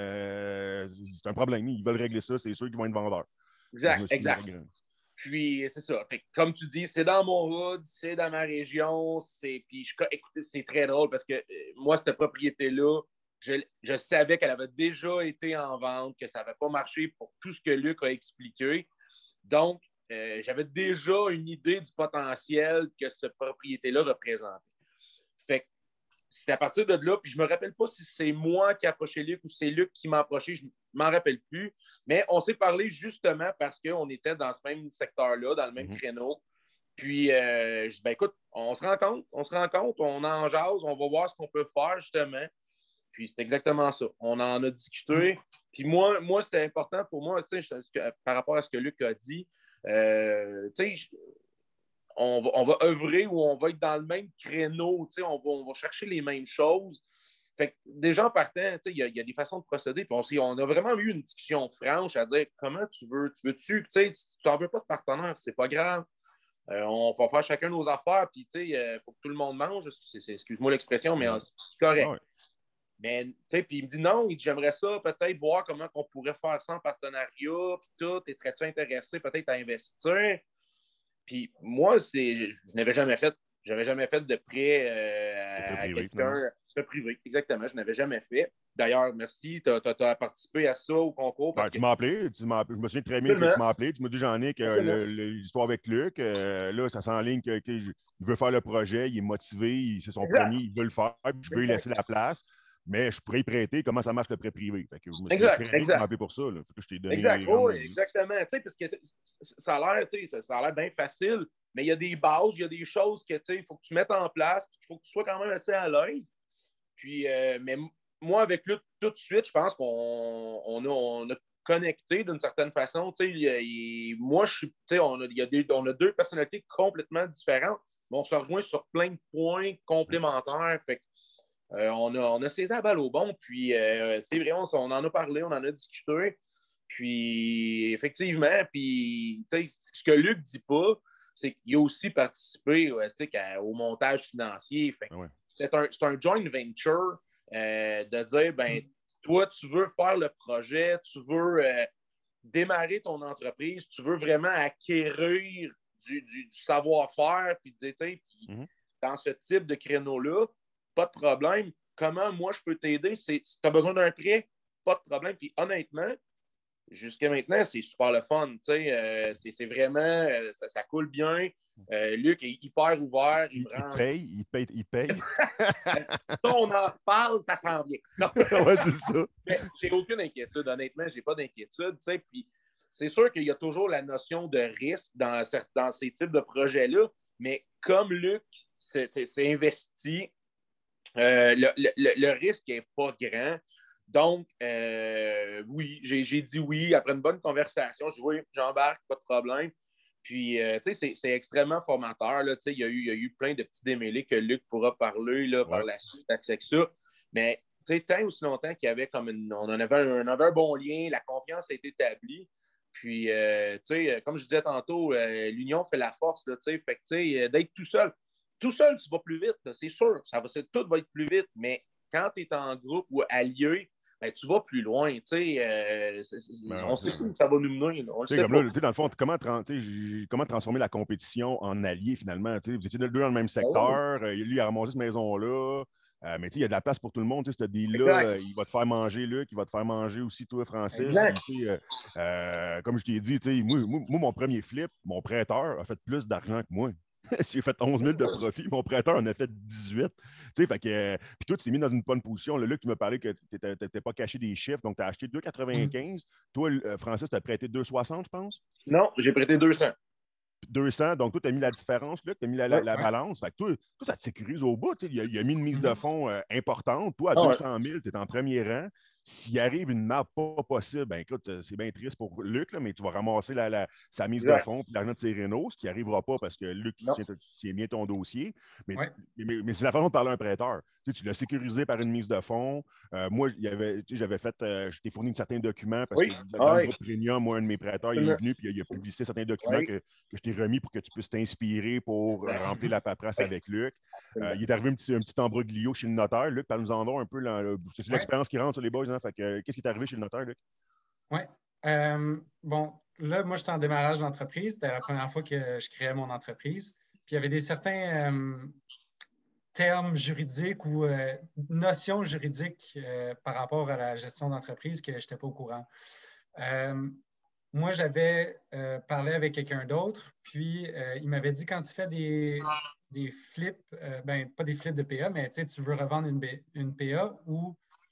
[SPEAKER 1] euh, c'est un problème. Ils veulent régler ça, c'est sûr qu'ils vont être vendeurs.
[SPEAKER 2] Exact, exact. Puis, c'est ça. Fait, comme tu dis, c'est dans mon hood, c'est dans ma région. Puis, je, écoutez, c'est très drôle parce que euh, moi, cette propriété-là, je, je savais qu'elle avait déjà été en vente, que ça n'avait pas marché pour tout ce que Luc a expliqué. Donc, euh, j'avais déjà une idée du potentiel que cette propriété-là représentait. Fait que c'est à partir de là, puis je ne me rappelle pas si c'est moi qui ai approché Luc ou c'est Luc qui m'a approché, je ne m'en rappelle plus, mais on s'est parlé justement parce qu'on était dans ce même secteur-là, dans le même mm-hmm. créneau. Puis, euh, je dis, ben écoute, on se rencontre, on se rencontre, on en jase, on va voir ce qu'on peut faire justement. Puis, c'est exactement ça. On en a discuté. Puis, moi, moi c'était important pour moi, tu sais, par rapport à ce que Luc a dit, euh, tu sais, On va, on va œuvrer ou on va être dans le même créneau, on va, on va chercher les mêmes choses. Fait que déjà en partant, il y, y a des façons de procéder. Puis on, on a vraiment eu une discussion franche à dire comment tu veux, tu veux-tu, si tu n'en veux pas de partenaire, c'est pas grave. Euh, on va faire chacun nos affaires, puis il euh, faut que tout le monde mange. Excuse-moi l'expression, mais ouais. c'est correct. Ouais. Mais, tu sais, puis il me dit non, il dit, j'aimerais ça, peut-être voir comment on pourrait faire ça en partenariat, puis tout, es-tu intéressé peut-être à investir? Puis moi, c'est, je n'avais jamais fait, j'avais jamais fait de prêt euh, à privé, quelqu'un. C'était privé, exactement. Je n'avais jamais fait. D'ailleurs, merci, tu as participé à ça au concours. Parce
[SPEAKER 1] ouais,
[SPEAKER 2] que...
[SPEAKER 1] Tu m'as appelé, tu m'as, je me souviens très bien que tu m'as appelé. Tu m'as dit, Jean-Nic, euh, l'histoire avec Luc, euh, là, ça s'enligne que, que je, il veut faire le projet, il est motivé, c'est son exact. premier, il veut le faire, puis je veux lui laisser la place. Mais je pourrais y prêter comment ça marche le prêt privé. Fait que je me suis
[SPEAKER 2] exact,
[SPEAKER 1] très
[SPEAKER 2] exact.
[SPEAKER 1] appelé pour ça. Là. Fait que je t'ai donné
[SPEAKER 2] exact. Oh, exactement. Parce que ça a l'air, ça, ça a l'air bien facile, mais il y a des bases, il y a des choses que il faut que tu mettes en place, il faut que tu sois quand même assez à l'aise. Puis, euh, mais moi, avec lui, tout de suite, je pense qu'on on a, on a connecté d'une certaine façon. Il, il, moi, je suis, on a, il y a des, on a deux personnalités complètement différentes, mais on se rejoint sur plein de points complémentaires. Fait Euh, on, a, on a saisi la balle au bon, puis euh, c'est vrai, on, on en a parlé, on en a discuté. Puis effectivement, puis ce que Luc ne dit pas, c'est qu'il a aussi participé ouais, au montage financier. Fait, ouais. C'est un, un joint venture euh, de dire, ben, toi, tu veux faire le projet, tu veux euh, démarrer ton entreprise, tu veux vraiment acquérir du, du, du savoir-faire, puis dire, tu sais, mm-hmm. dans ce type de créneau-là, pas de problème. Comment moi je peux t'aider? Si tu as besoin d'un prêt, pas de problème. Puis honnêtement, jusqu'à maintenant, c'est super le fun. Euh, c'est vraiment, euh, ça, ça coule bien. Euh, Luc est hyper ouvert. Il,
[SPEAKER 1] il, il paye, il paye, il paye.
[SPEAKER 2] Ça, on en parle, ça s'en vient.
[SPEAKER 1] Ouais, c'est ça.
[SPEAKER 2] Mais j'ai aucune inquiétude, honnêtement, j'ai pas d'inquiétude. Puis c'est sûr qu'il y a toujours la notion de risque dans, dans ces types de projets-là, mais comme Luc s'est investi, Euh, le, le, le risque n'est pas grand. Donc, euh, oui, j'ai dit oui après une bonne conversation. J'ai dit oui, j'embarque, pas de problème. Puis, euh, tu sais, c'est extrêmement formateur. Il y, y a eu plein de petits démêlés que Luc pourra parler là, ouais. par la suite avec ça. Mais, tu sais, tant aussi longtemps qu'il y avait comme une, on en avait un, on avait un bon lien, la confiance a été établie. Puis, euh, tu sais, comme je disais tantôt, euh, l'union fait la force, tu sais. Fait que, tu sais, d'être tout seul. Tout seul, tu vas plus vite, c'est sûr. Ça va, tout va être plus vite. Mais quand tu es en groupe ou allié, ben, tu vas plus loin. Tu sais, euh, c'est, c'est,
[SPEAKER 1] Ben
[SPEAKER 2] on
[SPEAKER 1] ouais,
[SPEAKER 2] sait
[SPEAKER 1] c'est
[SPEAKER 2] où ça va nous mener. Là, on le
[SPEAKER 1] Tu sais,
[SPEAKER 2] sait
[SPEAKER 1] comme
[SPEAKER 2] pas.
[SPEAKER 1] là, tu sais, dans le fond, comment, tran- tu sais, j'ai- comment transformer la compétition en allié finalement? Tu sais, vous étiez deux dans le même
[SPEAKER 2] Ben oui,
[SPEAKER 1] secteur, euh, lui il a ramassé cette maison-là, euh, mais tu sais, il y a de la place pour tout le monde. Tu sais, ce deal-là,
[SPEAKER 2] exact.
[SPEAKER 1] euh, il va te faire manger Luc, il va te faire manger aussi toi, Francis.
[SPEAKER 2] Exact.
[SPEAKER 1] Puis, tu sais, euh, euh, comme je t'ai dit, tu sais, moi, moi, moi, mon premier flip, mon prêteur a fait plus d'argent que moi. J'ai fait onze mille de profit, mon prêteur en a fait dix-huit. Tu sais, fait que, euh, puis toi, tu t'es mis dans une bonne position. Là, Luc, tu m'as parlé que tu n'étais pas caché des chiffres, donc tu as acheté deux quatre-vingt-quinze. Toi, euh, Francis, tu as prêté deux soixante, je pense.
[SPEAKER 2] Non, j'ai prêté deux cents.
[SPEAKER 1] deux cents, donc toi, tu as mis la différence, là, tu as mis la, la,
[SPEAKER 2] Ouais.
[SPEAKER 1] la
[SPEAKER 3] Ouais.
[SPEAKER 1] balance. Fait que toi, toi, ça te sécurise au bout. Il a, il a mis une mise de
[SPEAKER 3] Mhm.
[SPEAKER 1] fonds euh, importante. Toi, à
[SPEAKER 2] Ah
[SPEAKER 1] deux
[SPEAKER 2] ouais.
[SPEAKER 1] cent mille, tu es en premier rang. S'il arrive une map pas possible, ben écoute, c'est bien triste pour Luc, là, mais tu vas ramasser la, la, sa mise de
[SPEAKER 2] Exact.
[SPEAKER 1] fonds et l'argent de ses rénaux, ce qui n'arrivera pas parce que Luc, tu
[SPEAKER 2] Non.
[SPEAKER 1] tiens, tu tiens bien ton dossier. Mais,
[SPEAKER 3] Ouais.
[SPEAKER 1] mais, mais c'est la façon de parler à un prêteur. Tu, sais, tu l'as sécurisé par une mise de fonds. Euh, moi, j'avais fait, euh, je t'ai fourni certains documents parce
[SPEAKER 2] Oui.
[SPEAKER 1] que dans
[SPEAKER 2] Ah
[SPEAKER 1] le
[SPEAKER 2] oui.
[SPEAKER 1] groupe Premium, moi, un de mes prêteurs, il est venu puis il a publié certains documents
[SPEAKER 2] Oui.
[SPEAKER 1] que, que je t'ai remis pour que tu puisses t'inspirer pour euh, remplir la paperasse
[SPEAKER 2] Oui.
[SPEAKER 1] avec Luc. Euh,
[SPEAKER 2] Absolument.
[SPEAKER 1] il est arrivé un petit, un petit embroglio chez le notaire. Luc, parle-nous en donc un peu. là, là, C'est
[SPEAKER 3] Ouais.
[SPEAKER 1] l'expérience qui rentre sur les boys. Hein, fait que, euh, qu'est-ce qui est arrivé chez le notaire, Luc?
[SPEAKER 3] Oui. Euh, bon, là, moi, j'étais en démarrage d'entreprise. C'était la première fois que je créais mon entreprise. Puis il y avait des certains euh, termes juridiques ou euh, notions juridiques euh, par rapport à la gestion d'entreprise que je n'étais pas au courant. Euh, moi, j'avais euh, parlé avec quelqu'un d'autre, puis euh, il m'avait dit quand tu fais des, des flips, euh, ben pas des flips de P A, mais tu veux revendre une, une P A ou,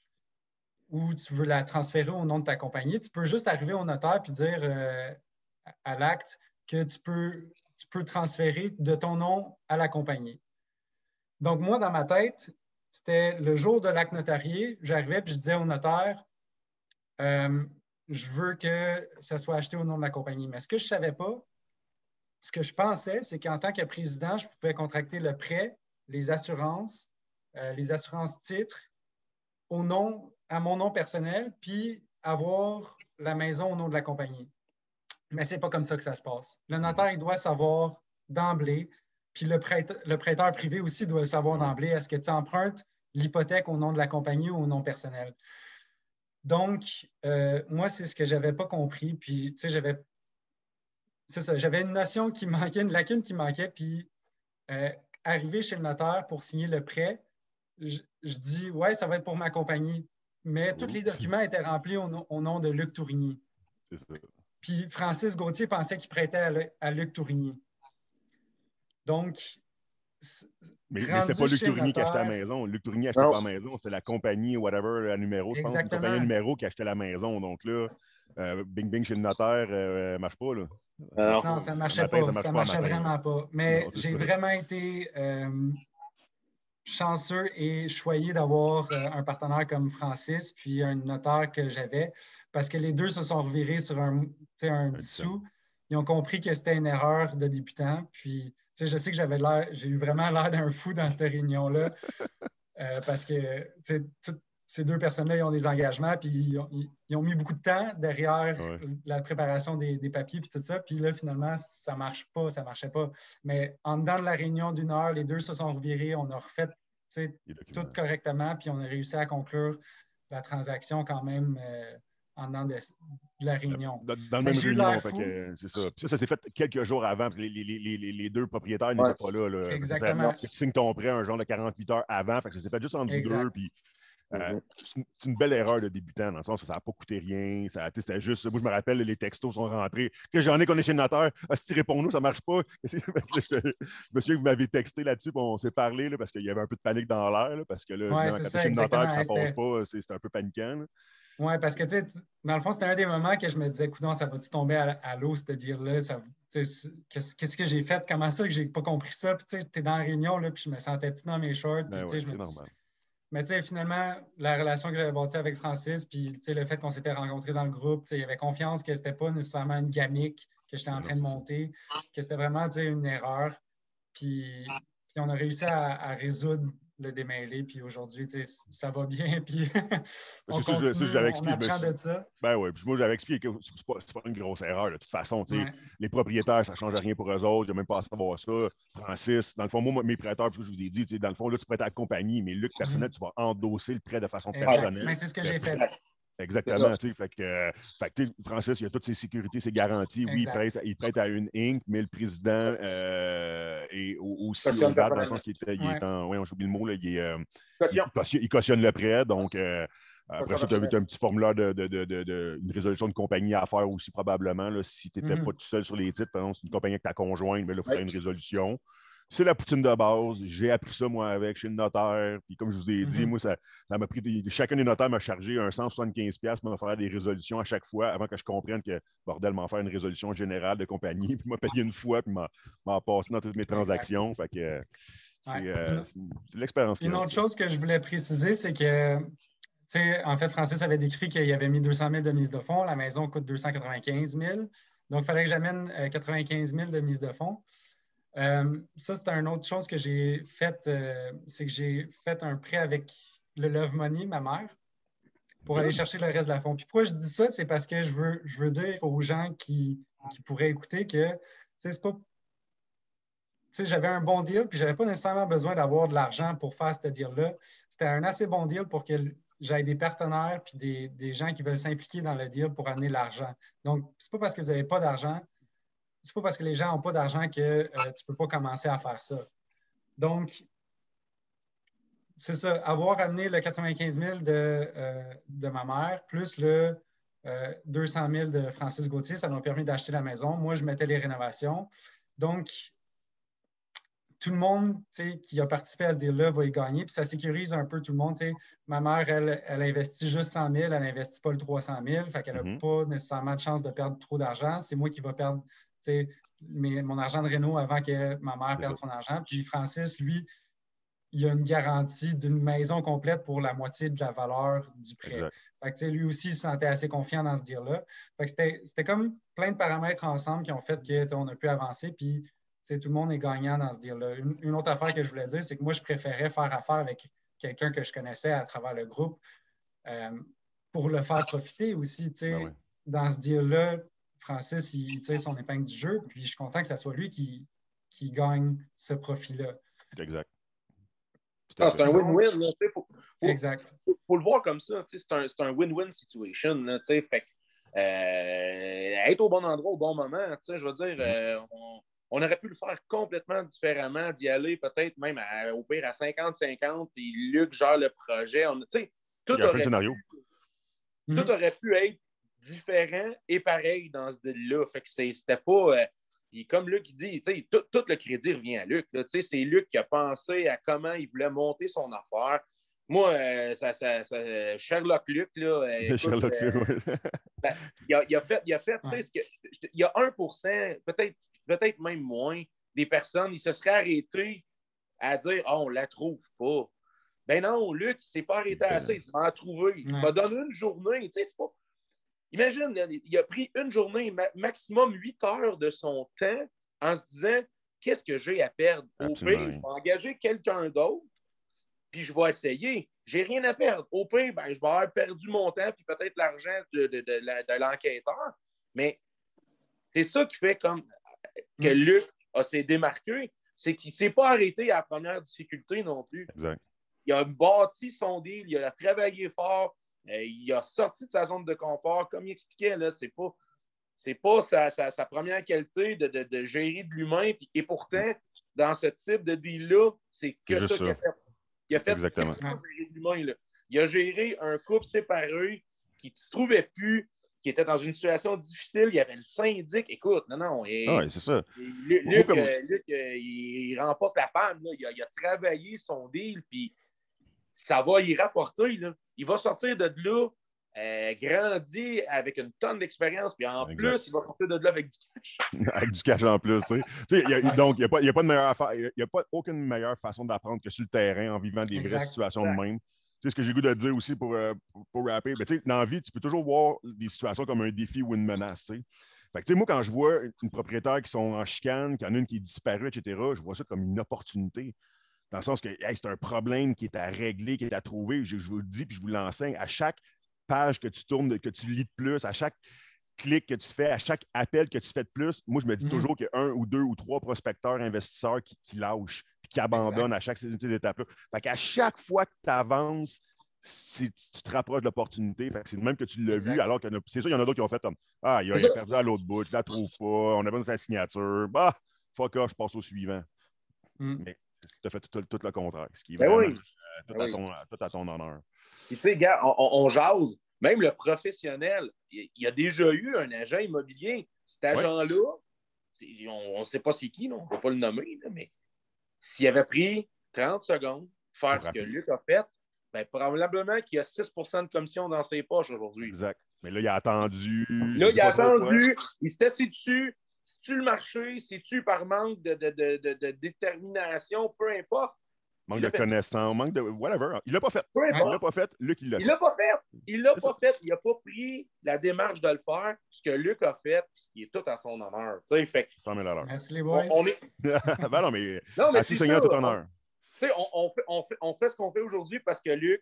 [SPEAKER 3] ou tu veux la transférer au nom de ta compagnie, tu peux juste arriver au notaire puis dire euh, à l'acte que tu peux, tu peux transférer de ton nom à la compagnie. Donc, moi, dans ma tête, c'était le jour de l'acte notarié, j'arrivais puis je disais au notaire, euh, je veux que ça soit acheté au nom de la compagnie. Mais ce que je ne savais pas, ce que je pensais, c'est qu'en tant que président, je pouvais contracter le prêt, les assurances, euh, les assurances titres au nom, à mon nom personnel, puis avoir la maison au nom de la compagnie. Mais ce n'est pas comme ça que ça se passe. Le notaire, il doit savoir d'emblée, puis le prêteur, le prêteur privé aussi doit le savoir d'emblée, est-ce que tu empruntes l'hypothèque au nom de la compagnie ou au nom personnel. Donc, euh, moi, c'est ce que je n'avais pas compris. Puis, tu sais, j'avais, c'est ça, j'avais une notion qui manquait, une lacune qui manquait. Puis, euh, arrivé chez le notaire pour signer le prêt, je, je dis, ouais, ça va être pour ma compagnie. Mais tous les documents étaient remplis au, nom, au nom de Luc Tourigny.
[SPEAKER 1] C'est ça.
[SPEAKER 3] Puis, Francis Gauthier pensait qu'il prêtait à, le, à Luc Tourigny. Donc,
[SPEAKER 1] Mais, mais c'était pas Luc Tourigny qui achetait la
[SPEAKER 3] notaire,
[SPEAKER 1] maison. Luc Tourigny n'achetait pas la maison. C'était la compagnie, whatever, la numéro, je pense. Une
[SPEAKER 3] exactement.
[SPEAKER 1] compagnie numéro qui achetait la maison. Donc là, euh, bing bing chez le notaire, euh, marche pas, là. Ça
[SPEAKER 2] Alors,
[SPEAKER 1] marche
[SPEAKER 3] Non,
[SPEAKER 1] pas.
[SPEAKER 3] ça ne
[SPEAKER 1] Le
[SPEAKER 3] marchait
[SPEAKER 1] matin,
[SPEAKER 3] pas.
[SPEAKER 1] ça marche
[SPEAKER 3] Ça ne
[SPEAKER 1] pas le
[SPEAKER 3] marchait
[SPEAKER 1] matin.
[SPEAKER 3] vraiment
[SPEAKER 1] Là.
[SPEAKER 3] pas. Mais
[SPEAKER 1] Non, c'est
[SPEAKER 3] j'ai
[SPEAKER 1] ça.
[SPEAKER 3] vraiment été euh, chanceux et choyé d'avoir euh, un partenaire comme Francis, puis un notaire que j'avais, parce que les deux se sont revirés sur un, un dissous. Ils ont compris que c'était une erreur de débutant. Puis, je sais que j'avais l'air, j'ai eu vraiment l'air d'un fou dans cette réunion-là, euh, parce que tout, ces deux personnes-là, ils ont des engagements, puis ils ont, ils, ils ont mis beaucoup de temps derrière
[SPEAKER 1] Ouais.
[SPEAKER 3] la préparation des, des papiers, puis tout ça. Puis là, finalement, ça ne marche pas, ça ne marchait pas. Mais en dedans de la réunion d'une heure, les deux se sont revirés, on a refait tout correctement, puis on a réussi à conclure la transaction quand même euh, en dedans de, de la réunion.
[SPEAKER 1] Dans, dans la
[SPEAKER 3] Mais
[SPEAKER 1] même
[SPEAKER 3] j'ai eu
[SPEAKER 1] réunion,
[SPEAKER 3] l'air
[SPEAKER 1] fait
[SPEAKER 3] fou.
[SPEAKER 1] que, c'est ça. Puis ça, ça s'est fait quelques jours avant, parce que les, les, les, les, les deux propriétaires n'étaient
[SPEAKER 2] Ouais.
[SPEAKER 1] pas là. là.
[SPEAKER 3] Exactement.
[SPEAKER 1] Fait que ça, tu signes ton prêt un genre de quarante-huit heures avant, fait que ça s'est fait juste entre
[SPEAKER 3] Exact.
[SPEAKER 1] vous deux, puis Euh, c'est, une, c'est une belle erreur de débutant, dans le sens que ça n'a pas coûté rien. Ça, c'était juste, moi, je me rappelle, les textos sont rentrés. Que j'en ai qu'on est chez le notaire. Ah, si réponds-nous, ça ne marche pas. je, je me souviens que vous m'avez texté là-dessus, puis on s'est parlé, là, parce qu'il y avait un peu de panique dans l'air. Là, parce que là,
[SPEAKER 3] ouais,
[SPEAKER 1] quand tu es
[SPEAKER 3] chez
[SPEAKER 1] le notaire et ça ne
[SPEAKER 3] c'était...
[SPEAKER 1] passe pas, c'est, c'est un peu paniquant. Là.
[SPEAKER 3] Oui, parce que, tu sais, dans le fond, c'était un des moments que je me disais, coudonc, ça va-tu tomber à, à l'eau, ce dire-là? Qu'est-ce, qu'est-ce que j'ai fait? Comment ça que j'ai pas compris ça? Puis, tu sais, t'es dans la réunion, là, puis je me sentais petit dans mes shorts. Puis,
[SPEAKER 1] Ben
[SPEAKER 3] tu sais,
[SPEAKER 1] ouais,
[SPEAKER 3] je me
[SPEAKER 1] c'est
[SPEAKER 3] dis...
[SPEAKER 1] normal.
[SPEAKER 3] Mais, tu sais, finalement, la relation que j'avais bâtie avec Francis, puis, tu sais, le fait qu'on s'était rencontrés dans le groupe, tu sais, il y avait confiance que c'était pas nécessairement une gamique que j'étais en train de monter, que c'était vraiment, tu sais, une erreur. Puis, puis on a réussi à, à résoudre le démêler. Puis aujourd'hui, ça va bien. Puis on
[SPEAKER 1] ça,
[SPEAKER 3] continue,
[SPEAKER 1] ça, j'avais
[SPEAKER 3] on
[SPEAKER 1] expliqué,
[SPEAKER 3] apprend
[SPEAKER 1] suis...
[SPEAKER 3] de ça.
[SPEAKER 1] Ben oui, puis moi, j'avais expliqué que c'est pas, pas une grosse erreur. De toute façon,
[SPEAKER 3] ouais.
[SPEAKER 1] les propriétaires, ça ne change rien pour eux autres. Je n'ai même pas à savoir ça. Francis, dans le fond, moi, mes prêteurs, je vous ai dit, dans le fond, là, tu prêtes à la compagnie, mais Luc, personnel, mm-hmm. tu vas endosser le prêt de façon exact. personnelle.
[SPEAKER 3] Mais c'est ce que j'ai fait.
[SPEAKER 1] Exactement. Fait que, euh, fait que, Francis, il a toutes ses sécurités, ses garanties. Oui, il prête, il prête à une Inc, mais le président euh, est aussi ouvert dans le sens qu'il est, il est en. Oui, j'oublie le mot, là, il, est, euh, il, cautionne, il cautionne le prêt. Donc, euh, après ça, tu as, as un petit formulaire de, de, de, de, de une résolution de compagnie à faire aussi, probablement. Là, si tu n'étais mm-hmm. pas tout seul sur les titres, par exemple, c'est une compagnie avec ta conjointe, mais là, il faudrait ouais. une résolution. C'est la poutine de base. J'ai appris ça, moi, avec chez le notaire. Puis, comme je vous ai dit, mm-hmm. moi, ça, ça m'a pris. Chacun des notaires m'a chargé un cent soixante-quinze dollars pour me faire des résolutions à chaque fois avant que je comprenne que, bordel, m'en faire une résolution générale de compagnie. Puis, m'a payé une fois, puis m'a passé dans toutes mes transactions. Exact. Fait que c'est ouais. euh, l'expérience.
[SPEAKER 3] Une autre chose que je voulais préciser, c'est que, tu sais, en fait, Francis avait décrit qu'il avait mis deux cent mille de mise de fonds. La maison coûte deux cent quatre-vingt-quinze mille. Donc, il fallait que j'amène quatre-vingt-quinze mille de mise de fonds. Euh, ça, c'est une autre chose que j'ai faite, euh, c'est que j'ai fait un prêt avec le Love Money, ma mère, pour aller chercher le reste de la fonds. Puis pourquoi je dis ça, c'est parce que je veux, je veux dire aux gens qui, qui pourraient écouter que, tu sais, c'est pas... Tu sais, j'avais un bon deal, puis j'avais pas nécessairement besoin d'avoir de l'argent pour faire ce deal-là. C'était un assez bon deal pour que j'aie des partenaires puis des, des gens qui veulent s'impliquer dans le deal pour amener l'argent. Donc, c'est pas parce que vous n'avez pas d'argent c'est pas parce que les gens n'ont pas d'argent que euh, tu ne peux pas commencer à faire ça. Donc, c'est ça, avoir amené le quatre-vingt-quinze mille de, euh, de ma mère, plus le euh, deux cent mille de Francis Gauthier, ça m'a permis d'acheter la maison. Moi, je mettais les rénovations. Donc, tout le monde qui a participé à ce deal-là va y gagner, puis ça sécurise un peu tout le monde. T'sais. Ma mère, elle, elle investit juste cent mille, elle n'investit pas le trois cent mille, fait qu'elle n'a mm-hmm. pas nécessairement de chance de perdre trop d'argent. C'est moi qui vais perdre mes, mon argent de réno avant que ma mère perde son argent. Puis Francis, lui, il a une garantie d'une maison complète pour la moitié de la valeur du prêt. Fait que, lui aussi, il se sentait assez confiant dans ce deal-là. Fait que c'était, c'était comme plein de paramètres ensemble qui ont fait qu'on a pu avancer. Puis tout le monde est gagnant dans ce deal-là. Une, une autre affaire que je voulais dire, c'est que moi, je préférais faire affaire avec quelqu'un que je connaissais à travers le groupe euh, pour le faire profiter aussi. Ben ouais. Dans ce deal-là, Francis, il tire son épingle du jeu, puis je suis content que ce soit lui qui, qui gagne ce profit-là.
[SPEAKER 1] Exact.
[SPEAKER 2] Ah, c'est un win-win. Là, faut, faut,
[SPEAKER 3] exact.
[SPEAKER 2] Il faut, faut le voir comme ça. C'est un, c'est un win-win situation. Là, fait que, euh, être au bon endroit au bon moment, je veux dire, euh, on, on aurait pu le faire complètement différemment, d'y aller peut-être même à, au pire à cinquante cinquante, puis Luc gère le projet. On, tout, aurait
[SPEAKER 1] scénario.
[SPEAKER 2] Pu, tout aurait pu être différent et pareil dans ce deal-là. Fait que c'était pas. Euh, puis comme Luc il dit, tout, tout le crédit revient à Luc. C'est Luc qui a pensé à comment il voulait monter son affaire. Moi, euh, ça, ça, ça, Sherlock Luc, là, écoute,
[SPEAKER 1] Sherlock
[SPEAKER 2] euh,
[SPEAKER 1] oui.
[SPEAKER 2] ben, il, a, il a fait, il a fait ouais. ce que, il y a un pour cent, peut-être, peut-être même moins, des personnes, ils se seraient arrêtés à dire « Oh, on la trouve pas ». Ben non, Luc, il ne s'est pas arrêté à ça, il s'en a trouvé. Il ouais. m'a donné une journée, tu sais, c'est pas... Imagine, il a pris une journée, maximum huit heures de son temps en se disant « Qu'est-ce que j'ai à perdre? Au pire, je vais engager quelqu'un d'autre, puis je vais essayer. J'ai rien à perdre. Au pire, ben, je vais avoir perdu mon temps, puis peut-être l'argent de, de, de, de, de l'enquêteur. Mais c'est ça qui fait comme que Luc a s'est démarqué, c'est qu'il ne s'est pas arrêté à la première difficulté non plus.
[SPEAKER 1] Exact.
[SPEAKER 2] Il a bâti son deal, il a travaillé fort, euh, il a sorti de sa zone de confort. Comme il expliquait, là, c'est pas, c'est pas sa, sa, sa première qualité de, de, de gérer de l'humain. Puis, et pourtant, dans ce type de deal-là, c'est que ça, ça qu'il a fait. Il a fait
[SPEAKER 1] Exactement.
[SPEAKER 2] gérer de l'humain. Là. Il a géré un couple séparé qui ne se trouvait plus, qui était dans une situation difficile. Il y avait le syndic. Écoute, non, non. Et,
[SPEAKER 1] ah oui, c'est ça.
[SPEAKER 2] Luc, Luc, comme... euh, Luc euh, il, il remporte la panne. Là. Il, a, il a travaillé son deal, puis ça va y rapporter. Là. Il va sortir de là, euh, grandi avec une tonne d'expérience, puis en exact. Plus, il va sortir de là avec du cash.
[SPEAKER 1] Avec du cash en plus, tu sais. Y a, donc, il n'y a, a pas de meilleure affaire, il n'y a pas aucune meilleure façon d'apprendre que sur le terrain en vivant des exact. Vraies situations exact. De même. Tu sais, ce que j'ai le goût de dire aussi pour, euh, pour, pour rapper, ben, tu sais, dans la vie, tu peux toujours voir des situations comme un défi ou une menace, tu sais. Fait que, tu sais, moi, quand je vois une propriétaire qui sont en chicane, qu'il y en a une qui est disparue, et cetera, je vois ça comme une opportunité. Dans le sens que hey, c'est un problème qui est à régler, qui est à trouver. Je, je vous le dis, puis je vous l'enseigne. À chaque page que tu tournes, que tu lis de plus, à chaque clic que tu fais, à chaque appel que tu fais de plus, moi, je me dis mm-hmm. toujours qu'il y a un ou deux ou trois prospecteurs, investisseurs qui, qui lâchent puis qui abandonnent exact. À chaque ces étapes-là. Fait qu'à chaque fois que tu avances, si tu te rapproches de l'opportunité. Fait que c'est le même que tu l'as exact. Vu, alors que c'est sûr, il y en a d'autres qui ont fait comme ah, il a, il a perdu à l'autre bout, je ne la trouve pas, on a besoin de sa signature. Bah, fuck off, je passe au suivant. Mm. Mais tu as fait tout, tout, tout le contraire, ce qui est ben vraiment oui. euh, tout, ben à ton, oui. tout à ton honneur.
[SPEAKER 2] Tu sais, gars, on, on jase. Même le professionnel, il y a déjà eu un agent immobilier. Cet agent-là, ouais. on ne sait pas c'est qui, non? On ne va pas le nommer, là, mais s'il avait pris trente secondes pour faire ce que Luc a fait, ben, probablement qu'il y a six pour cent de commission dans ses poches aujourd'hui.
[SPEAKER 1] Exact. Mais là, il a attendu.
[SPEAKER 2] Là, il a attendu. Il s'était assis dessus. C'est-tu le marché? C'est-tu par manque de, de, de, de, de détermination? Peu importe.
[SPEAKER 1] Manque de connaissances, manque de whatever. Il l'a pas fait.
[SPEAKER 2] Peu
[SPEAKER 1] il l'a pas fait. Luc, il l'a fait.
[SPEAKER 2] Il l'a pas fait. Il l'a pas ça. fait. Il n'a pas pris la démarche de le faire. Ce que Luc a fait, ce qui est tout à son honneur. Tu sais, fait.
[SPEAKER 1] cent mille à l'heure.
[SPEAKER 3] Merci les boys.
[SPEAKER 2] On, on est...
[SPEAKER 1] ben non, mais,
[SPEAKER 2] non, mais
[SPEAKER 1] à tout Seigneur, tout honneur.
[SPEAKER 2] Tu sais, on, on, fait, on, fait, on fait ce qu'on fait aujourd'hui parce que Luc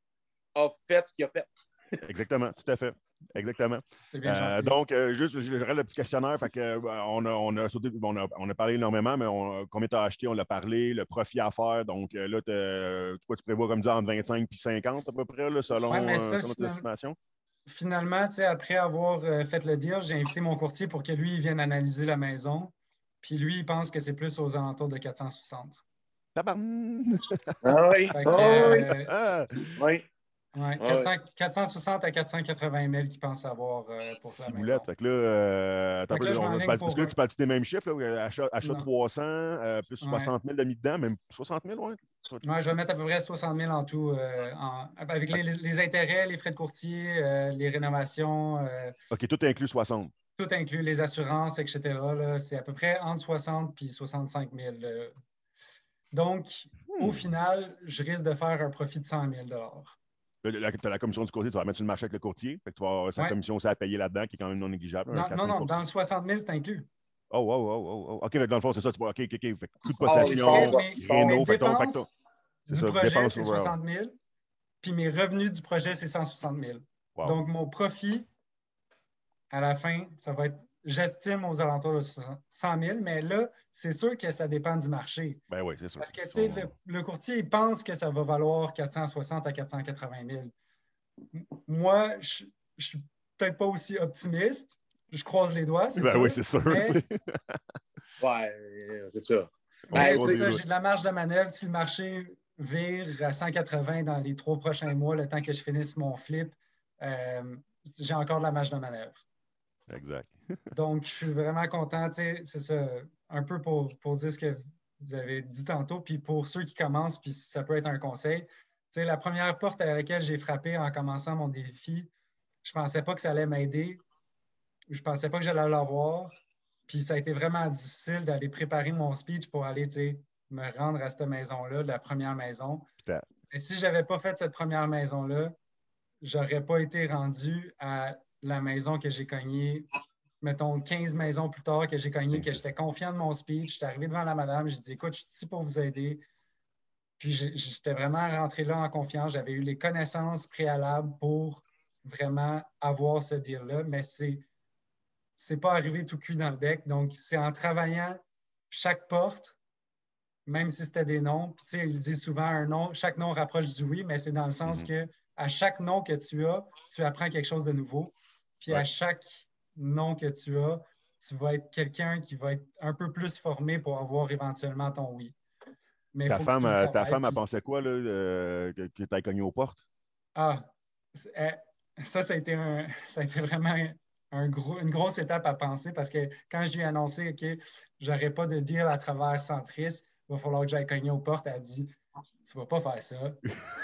[SPEAKER 2] a fait ce qu'il a fait.
[SPEAKER 1] Exactement, tout à fait. Exactement. Euh, donc, euh, juste, je règle le petit questionnaire. Fait que, euh, on, a, on, a sauté, on, a, on a parlé énormément, mais on, combien tu as acheté, on l'a parlé, le profit à faire. Donc, euh, là, quoi, tu prévois comme dire entre vingt-cinq et cinquante à peu près, là, selon,
[SPEAKER 3] ouais, ça,
[SPEAKER 1] euh, selon notre estimation?
[SPEAKER 3] Finalement, après avoir euh, fait le deal, j'ai invité mon courtier pour que lui, il vienne analyser la maison. Puis lui, il pense que c'est plus aux alentours de quatre cent soixante.
[SPEAKER 1] Tabarn!
[SPEAKER 2] Ah oui!
[SPEAKER 3] Fait que, euh,
[SPEAKER 2] ah oui!
[SPEAKER 3] Ouais, quatre cents, quatre cent soixante à quatre cent quatre-vingt mille qu'ils pensent avoir euh, pour la maison.
[SPEAKER 1] Fait que là, euh, fait que là, on, parce
[SPEAKER 3] pour...
[SPEAKER 1] que là, tu parles des mêmes chiffres, là, achat, achat trois cents, euh, plus soixante mille de mis dedans, même soixante mille, ouais.
[SPEAKER 3] Ouais, je vais mettre à peu près soixante mille en tout, euh, en, avec les, les, les intérêts, les frais de courtier, euh, les rénovations. Euh,
[SPEAKER 1] OK, tout inclus soixante.
[SPEAKER 3] Tout inclus, les assurances, et cetera. C'est à peu près entre soixante et soixante-cinq mille. Euh. Donc, hmm. au final, je risque de faire un profit de cent mille.
[SPEAKER 1] Tu as la commission du courtier, tu vas mettre sur le marché avec le courtier. Fait que tu vas avoir sa ouais. commission aussi à payer là-dedans, qui est quand même non négligeable.
[SPEAKER 3] Non, non, non, dans le soixante mille, c'est inclus.
[SPEAKER 1] Oh, oh, oh, oh, oh. OK, dans le fond, c'est ça. Tu vois, OK, OK, OK. Fait que coût de possession, oh, réno, fait ton facteur.
[SPEAKER 3] Du ça, projet, c'est soixante mille. Puis mes revenus du projet, c'est cent soixante mille. Wow. Donc, mon profit, à la fin, ça va être, j'estime, aux alentours de cent mille. Mais là, c'est sûr que ça dépend du marché.
[SPEAKER 1] Ben oui, c'est sûr.
[SPEAKER 3] Parce que, tu sais, le, le courtier, il pense que ça va valoir quatre cent soixante à quatre cent quatre-vingt mille. Moi, je ne suis peut-être pas aussi optimiste. Je croise les doigts, c'est
[SPEAKER 1] ben
[SPEAKER 3] sûr.
[SPEAKER 1] Oui, c'est sûr.
[SPEAKER 3] Mais...
[SPEAKER 2] ouais, c'est ça.
[SPEAKER 3] Ben, c'est ça, j'ai de la marge de manœuvre. Si le marché vire à cent quatre-vingts dans les trois prochains mois, le temps que je finisse mon flip, euh, j'ai encore de la marge de manœuvre.
[SPEAKER 1] Exact.
[SPEAKER 3] Donc, je suis vraiment content. C'est ça, un peu pour, pour dire ce que vous avez dit tantôt. Puis pour ceux qui commencent, puis ça peut être un conseil. T'sais, la première porte à laquelle j'ai frappé en commençant mon défi, je ne pensais pas que ça allait m'aider. Je ne pensais pas que j'allais l'avoir. Puis ça a été vraiment difficile d'aller préparer mon speech pour aller me rendre à cette maison-là, la première maison. Putain. Et si je n'avais pas fait cette première maison-là, je n'aurais pas été rendu à la maison que j'ai cognée, mettons quinze maisons plus tard que j'ai cogné, que j'étais confiant de mon speech. J'étais arrivé devant la madame, j'ai dit « Écoute, je suis ici pour vous aider. » Puis j'étais vraiment rentré là en confiance. J'avais eu les connaissances préalables pour vraiment avoir ce deal-là, mais c'est c'est pas arrivé tout cuit dans le bec. Donc, c'est en travaillant chaque porte, même si c'était des noms. Puis, tu sais, il dit souvent un nom, chaque nom rapproche du oui, mais c'est dans le sens mm-hmm. que à chaque nom que tu as, tu apprends quelque chose de nouveau. Puis, ouais. à chaque nom que tu as, tu vas être quelqu'un qui va être un peu plus formé pour avoir éventuellement ton oui.
[SPEAKER 1] Mais ta femme, ta travailles, femme, puis... elle pensait quoi, là, euh, que, que tu aies cogné aux portes?
[SPEAKER 3] Ah, ça, ça a été, un, ça a été vraiment un gros, une grosse étape à penser parce que quand je lui ai annoncé, OK, j'aurais pas de deal à travers Centris, il va falloir que j'aille cogner aux portes, elle a dit, tu vas pas faire ça.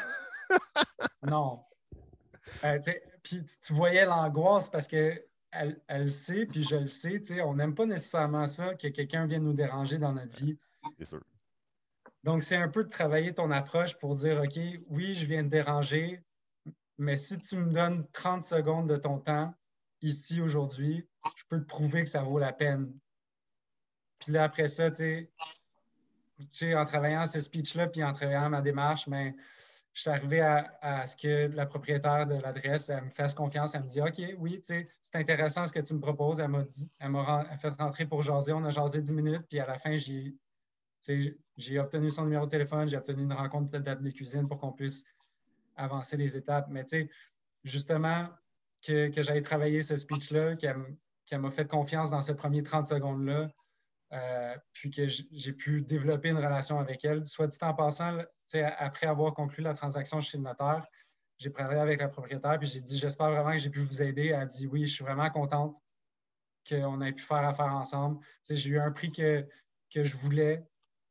[SPEAKER 3] Non. Euh, puis tu voyais l'angoisse parce que elle, elle sait, puis je le sais, on n'aime pas nécessairement ça, que quelqu'un vienne nous déranger dans notre vie.
[SPEAKER 1] C'est sûr.
[SPEAKER 3] Donc, c'est un peu de travailler ton approche pour dire, OK, oui, je viens de déranger, mais si tu me donnes trente secondes de ton temps, ici, aujourd'hui, je peux te prouver que ça vaut la peine. Puis là, après ça, tu sais, tu sais, en travaillant ce speech-là, puis en travaillant ma démarche, mais je suis arrivé à, à ce que la propriétaire de l'adresse, elle me fasse confiance, elle me dit « OK, oui, tu sais, c'est intéressant ce que tu me proposes. » Elle m'a dit, elle m'a fait rentrer pour jaser. On a jasé dix minutes, puis à la fin, j'ai, j'ai obtenu son numéro de téléphone, j'ai obtenu une rencontre de date de cuisine pour qu'on puisse avancer les étapes. Mais tu sais, justement, que, que j'aille travailler ce speech-là, qu'elle m'a fait confiance dans ces premiers trente secondes-là, euh, puis que j'ai pu développer une relation avec elle. Soit dit en passant, après avoir conclu la transaction chez le notaire, j'ai parlé avec la propriétaire, puis j'ai dit « J'espère vraiment que j'ai pu vous aider. » Elle a dit « Oui, je suis vraiment contente qu'on ait pu faire affaire ensemble. » J'ai eu un prix que, que je voulais.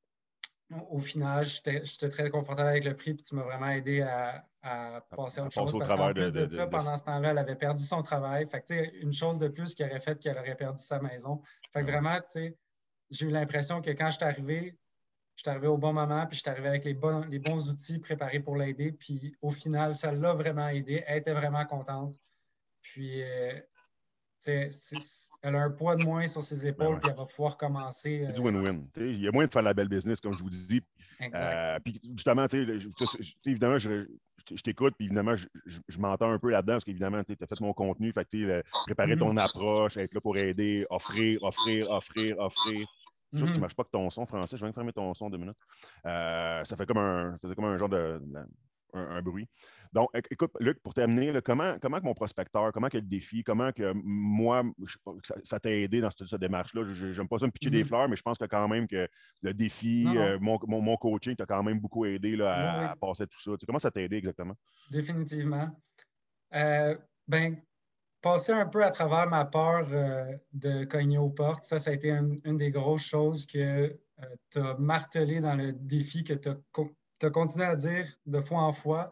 [SPEAKER 3] Au final, j'étais très confortable avec le prix, puis tu m'as vraiment aidé à, à passer à autre chose. Parce qu'en plus de, de ça, de, pendant de... ce temps-là, elle avait perdu son travail. Fait que, une chose de plus qui aurait fait qu'elle aurait perdu sa maison. Fait que vraiment, j'ai eu l'impression que quand je suis arrivé, je suis arrivé au bon moment, puis je suis arrivé avec les bons, les bons outils préparés pour l'aider. Puis au final, ça l'a vraiment aidé. Elle était vraiment contente. Puis, euh, c'est, c'est, elle a un poids de moins sur ses épaules, ben ouais. Puis elle va pouvoir commencer.
[SPEAKER 1] C'est du win-win. Euh... Il y a moyen de faire la belle business, comme je vous dis.
[SPEAKER 3] Exact.
[SPEAKER 1] Euh, puis justement, évidemment, je, je, je t'écoute, puis évidemment, je, je, je m'entends un peu là-dedans, parce qu'évidemment, tu as fait mon contenu, fait que préparer ton mm-hmm. approche, être là pour aider, offrir, offrir, offrir, offrir. Chose mm-hmm. qui ne marche pas que ton son français. Je viens de fermer ton son deux minutes. Euh, ça fait comme un, ça fait comme un genre de. de Un, un bruit. Donc, écoute, Luc, pour terminer, là, comment, comment que mon prospecteur, comment que le défi, comment que moi, je, ça, ça t'a aidé dans cette, cette démarche-là? Je n'aime pas ça me pitcher mm-hmm. des fleurs, mais je pense que quand même que le défi, non, non. Euh, mon, mon, mon coaching t'a quand même beaucoup aidé là, à, oui, oui. à passer tout ça. Tu sais, comment ça t'a aidé exactement?
[SPEAKER 3] Définitivement. Euh, ben, passer un peu à travers ma peur euh, de cogner aux portes, ça, ça a été une, une des grosses choses que euh, tu as martelé dans le défi, que tu as tu as continué à dire de fois en fois,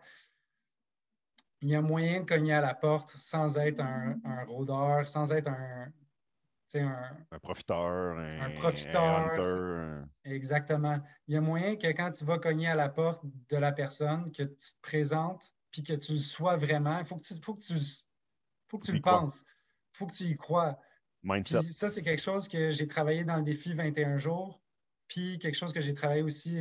[SPEAKER 3] il y a moyen de cogner à la porte sans être un, un rôdeur, sans être un, un,
[SPEAKER 1] un profiteur, un,
[SPEAKER 3] un profiteur.
[SPEAKER 1] Un hunter.
[SPEAKER 3] Exactement. Il y a moyen que quand tu vas cogner à la porte de la personne, que tu te présentes, puis que tu le sois vraiment, il faut que tu, faut que tu, faut que tu le penses. Il faut que tu y crois.
[SPEAKER 1] Mindset.
[SPEAKER 3] Puis ça, c'est quelque chose que j'ai travaillé dans le défi vingt et un jours. Puis quelque chose que j'ai travaillé aussi,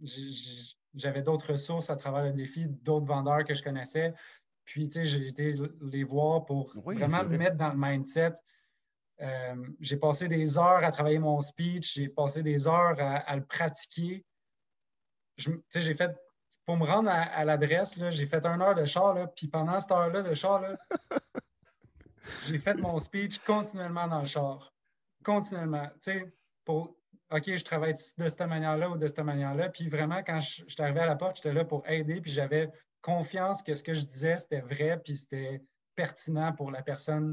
[SPEAKER 3] j'avais d'autres ressources à travers le défi, d'autres vendeurs que je connaissais. Puis j'ai été les voir pour oui, vraiment me mettre dans le mindset. Euh, j'ai passé des heures à travailler mon speech, j'ai passé des heures à, à le pratiquer. J'ai fait, pour me rendre à, à l'adresse, j'ai fait une heure de char, là, puis pendant cette heure-là de char, là, j'ai fait mon speech continuellement dans le char. Continuellement. Pour OK, je travaille de cette manière-là ou de cette manière-là. Puis vraiment, quand je, je suis arrivé à la porte, j'étais là pour aider, puis j'avais confiance que ce que je disais, c'était vrai, puis c'était pertinent pour la personne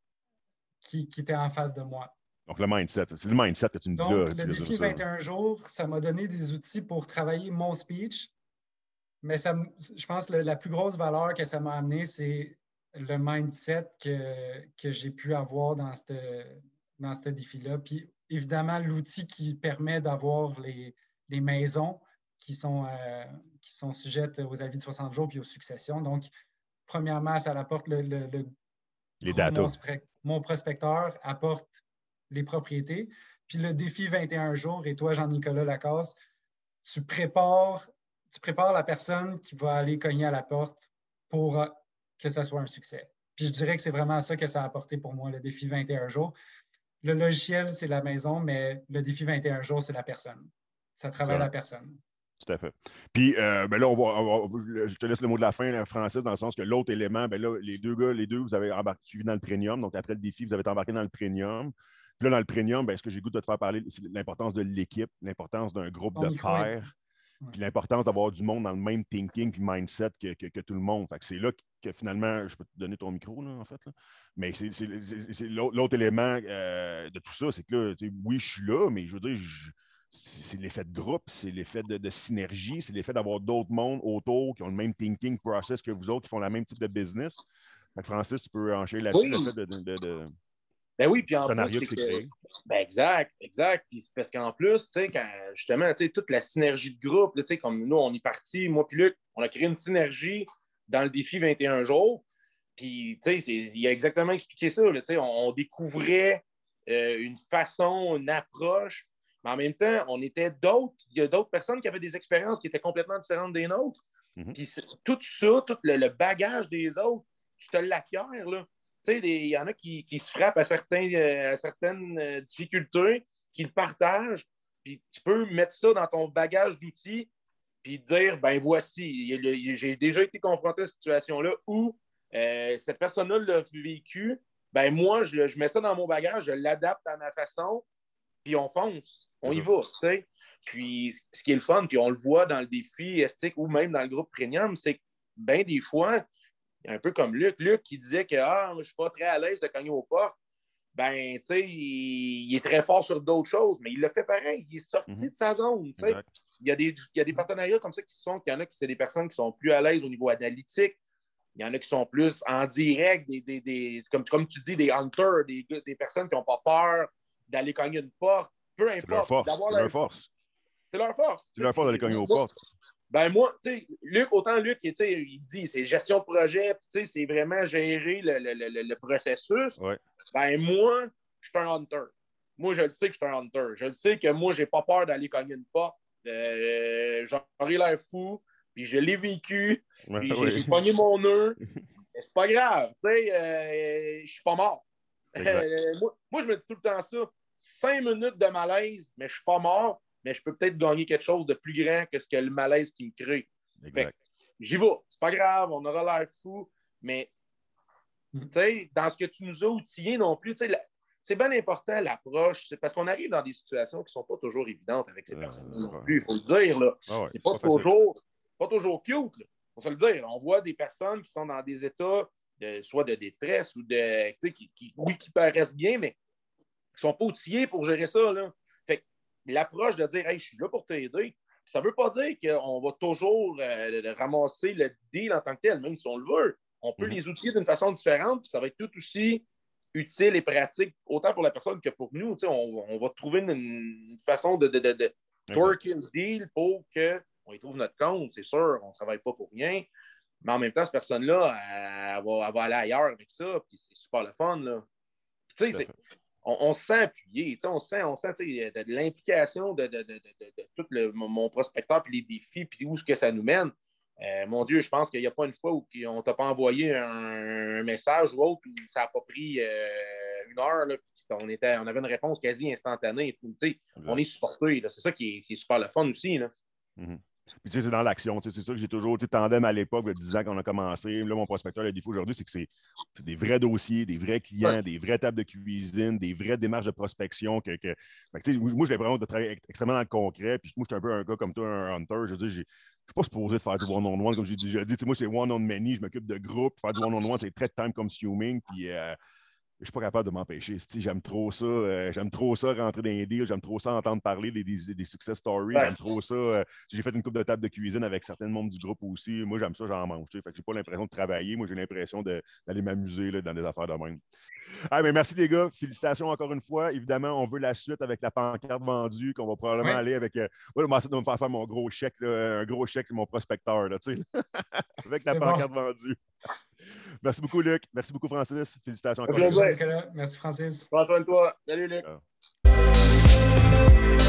[SPEAKER 3] qui, qui était en face de moi.
[SPEAKER 1] Donc, le mindset, c'est le mindset que tu me dis
[SPEAKER 3] Donc,
[SPEAKER 1] là.
[SPEAKER 3] Donc, le défi vingt et un jours, ça m'a donné des outils pour travailler mon speech, mais ça, je pense que la plus grosse valeur que ça m'a amené, c'est le mindset que, que j'ai pu avoir dans ce dans ce défi-là. Puis, évidemment, l'outil qui permet d'avoir les, les maisons qui sont, euh, qui sont sujettes aux avis de soixante jours puis aux successions. Donc, premièrement, ça apporte le, le, le
[SPEAKER 1] les data.
[SPEAKER 3] Mon, mon prospecteur apporte les propriétés. Puis le défi vingt et un jours, et toi, Jean-Nicolas Lacasse, tu prépares, tu prépares la personne qui va aller cogner à la porte pour que ça soit un succès. Puis je dirais que c'est vraiment ça que ça a apporté pour moi, le défi vingt et un jours. Le logiciel, c'est la maison, mais le défi vingt et un jours, c'est la personne. Ça travaille ça. La personne.
[SPEAKER 1] Tout à fait. Puis, euh, ben là, on va, on va, je te laisse le mot de la fin, là, Francis, dans le sens que l'autre élément, ben là, les deux gars, les deux, vous avez embarqué, suivi dans le premium. Donc, après le défi, vous avez été embarqué dans le premium. Puis là, dans le premium, ben, ce que j'ai goût de te faire parler, c'est l'importance de l'équipe, l'importance d'un groupe Ton de pairs, ouais. Puis l'importance d'avoir du monde dans le même thinking puis mindset que, que, que tout le monde. Fait que c'est là que, que finalement, je peux te donner ton micro, là, en fait. Là. Mais c'est, c'est, c'est, c'est l'autre élément euh, de tout ça, c'est que là, oui, je suis là, mais je veux dire, je, c'est l'effet de groupe, c'est l'effet de, de synergie, c'est l'effet d'avoir d'autres mondes autour qui ont le même thinking process que vous autres, qui font le même type de business. Fait que Francis, tu peux enchaîner là-dessus,
[SPEAKER 2] oui.
[SPEAKER 1] le fait de, de, de, de
[SPEAKER 2] ben oui, puis en plus, c'est que, ben exact, exact. Puis c'est parce qu'en plus, tu sais, quand justement, tu sais, toute la synergie de groupe, tu sais, comme nous, on est partis, moi puis Luc, on a créé une synergie dans le défi vingt et un jours. Puis, tu sais, il a exactement expliqué ça, tu sais, on, on découvrait euh, une façon, une approche. Mais en même temps, on était d'autres. Il y a d'autres personnes qui avaient des expériences qui étaient complètement différentes des nôtres. Mm-hmm. Puis tout ça, tout le, le bagage des autres, tu te l'acquiers, là. Tu sais, il y en a qui, qui se frappent à, certains, à certaines euh, difficultés, qui le partagent, puis tu peux mettre ça dans ton bagage d'outils, puis dire, ben voici, j'ai déjà été confronté à cette situation-là où euh, cette personne-là l'a vécu, ben moi, je, je mets ça dans mon bagage, je l'adapte à ma façon, puis on fonce, on y va, tu sais. Puis ce qui est le fun, puis on le voit dans le défi estique ou même dans le groupe premium, c'est que bien des fois, un peu comme Luc, Luc qui disait que ah, je ne suis pas très à l'aise de cogner aux portes, ben, tu sais, il, il est très fort sur d'autres choses, mais il le fait pareil, il est sorti mm-hmm. de sa zone, tu sais. Il y a des, il y a des partenariats comme ça qui se font, il y en a qui c'est des personnes qui sont plus à l'aise au niveau analytique, il y en a qui sont plus en direct, des, des, des, comme, comme tu dis, des hunters, des, des personnes qui n'ont pas peur d'aller cogner une porte, peu importe.
[SPEAKER 1] C'est leur force, c'est leur, leur force.
[SPEAKER 2] C'est leur force.
[SPEAKER 1] C'est leur force d'aller cogner aux portes.
[SPEAKER 2] Ben moi, tu sais, Luc, autant Luc, il dit, c'est gestion de projet, tu sais, c'est vraiment gérer le, le, le, le processus.
[SPEAKER 1] Ouais.
[SPEAKER 2] Ben moi, je suis un hunter. Moi, je le sais que je suis un hunter. Je le sais que moi, j'ai pas peur d'aller cogner une porte. Euh, J'aurais l'air fou, puis je l'ai vécu,
[SPEAKER 1] ouais,
[SPEAKER 2] puis
[SPEAKER 1] ouais.
[SPEAKER 2] j'ai pogné mon nœud. Mais c'est pas grave, tu sais, euh, je suis pas mort. Euh, moi, moi, je me dis tout le temps ça. Cinq minutes de malaise, mais je suis pas mort. Mais je peux peut-être gagner quelque chose de plus grand que ce que le malaise qui me crée. J'y vais. C'est pas grave, on aura l'air fou, mais mm. dans ce que tu nous as outillé non plus, la, c'est bien important l'approche, c'est parce qu'on arrive dans des situations qui ne sont pas toujours évidentes avec ces euh, personnes non plus, il faut le dire. Là. Ah ouais, c'est pas, pas, toujours, pas toujours cute. Il faut se le dire. On voit des personnes qui sont dans des états de, soit de détresse ou de qui, qui, oui, qui paraissent bien, mais qui ne sont pas outillés pour gérer ça. Là. L'approche de dire hey, je suis là pour t'aider, ça ne veut pas dire qu'on va toujours euh, ramasser le deal en tant que tel, même si on le veut. On peut mm-hmm. les outiller d'une façon différente, puis ça va être tout aussi utile et pratique, autant pour la personne que pour nous. On, on va trouver une, une façon de, de, de, de worker le deal pour qu'on y trouve notre compte, c'est sûr, on ne travaille pas pour rien. Mais en même temps, cette personne-là, elle, elle, va, elle va aller ailleurs avec ça, puis c'est super le fun. Là. Puis, tu sais, On, on se sent appuyé, on se sent, on sent de, de l'implication de, de, de, de, de, de tout le, mon prospecteur, puis les défis, puis où est-ce que ça nous mène. Euh, mon Dieu, je pense qu'il n'y a pas une fois où on ne t'a pas envoyé un, un message ou autre où ça n'a pas pris euh, une heure, là, puis on, était, on avait une réponse quasi instantanée. Puis, on est supporté, là. C'est ça qui est, qui est super le fun aussi. Là.
[SPEAKER 1] Mm-hmm. Puis, tu sais, c'est dans l'action. C'est ça que j'ai toujours, tu sais, tandem à l'époque, il y a dix ans qu'on a commencé. Là, mon prospecteur, le défaut aujourd'hui, c'est que c'est, c'est des vrais dossiers, des vrais clients, des vraies tables de cuisine, des vraies démarches de prospection. Que, que... Fait que, moi, j'ai vraiment de travailler extrêmement dans le concret. Puis, moi, je suis un peu un gars comme toi, un hunter. Je veux dire, je ne suis pas supposé de faire du one-on-one, comme j'ai déjà dit. Moi, c'est one-on-many. Je m'occupe de groupe. Faire du one-on-one, c'est très time-consuming. Puis, euh, je ne suis pas capable de m'empêcher. J'aime trop ça. Euh, j'aime trop ça rentrer dans les deals. J'aime trop ça entendre parler des, des, des success stories. Ouais. J'aime trop ça. Euh, j'ai fait une couple de table de cuisine avec certains membres du groupe aussi. Moi, j'aime ça, j'en mange. Fait que j'ai pas l'impression de travailler. Moi, j'ai l'impression de, d'aller m'amuser là, dans des affaires de même. Ah, mais merci les gars. Félicitations encore une fois. Évidemment, on veut la suite avec la pancarte vendue, qu'on va probablement ouais. aller avec. Euh, ouais, moi, ça de me faire faire mon gros chèque, là, un gros chèque, mon prospecteur, là, avec la c'est pancarte bon. vendue. Merci beaucoup, Luc. Merci beaucoup, Francis. Félicitations encore.
[SPEAKER 3] Merci, Nicolas. Merci, Francis.
[SPEAKER 2] Prends soin de toi. Salut, Luc. Ah.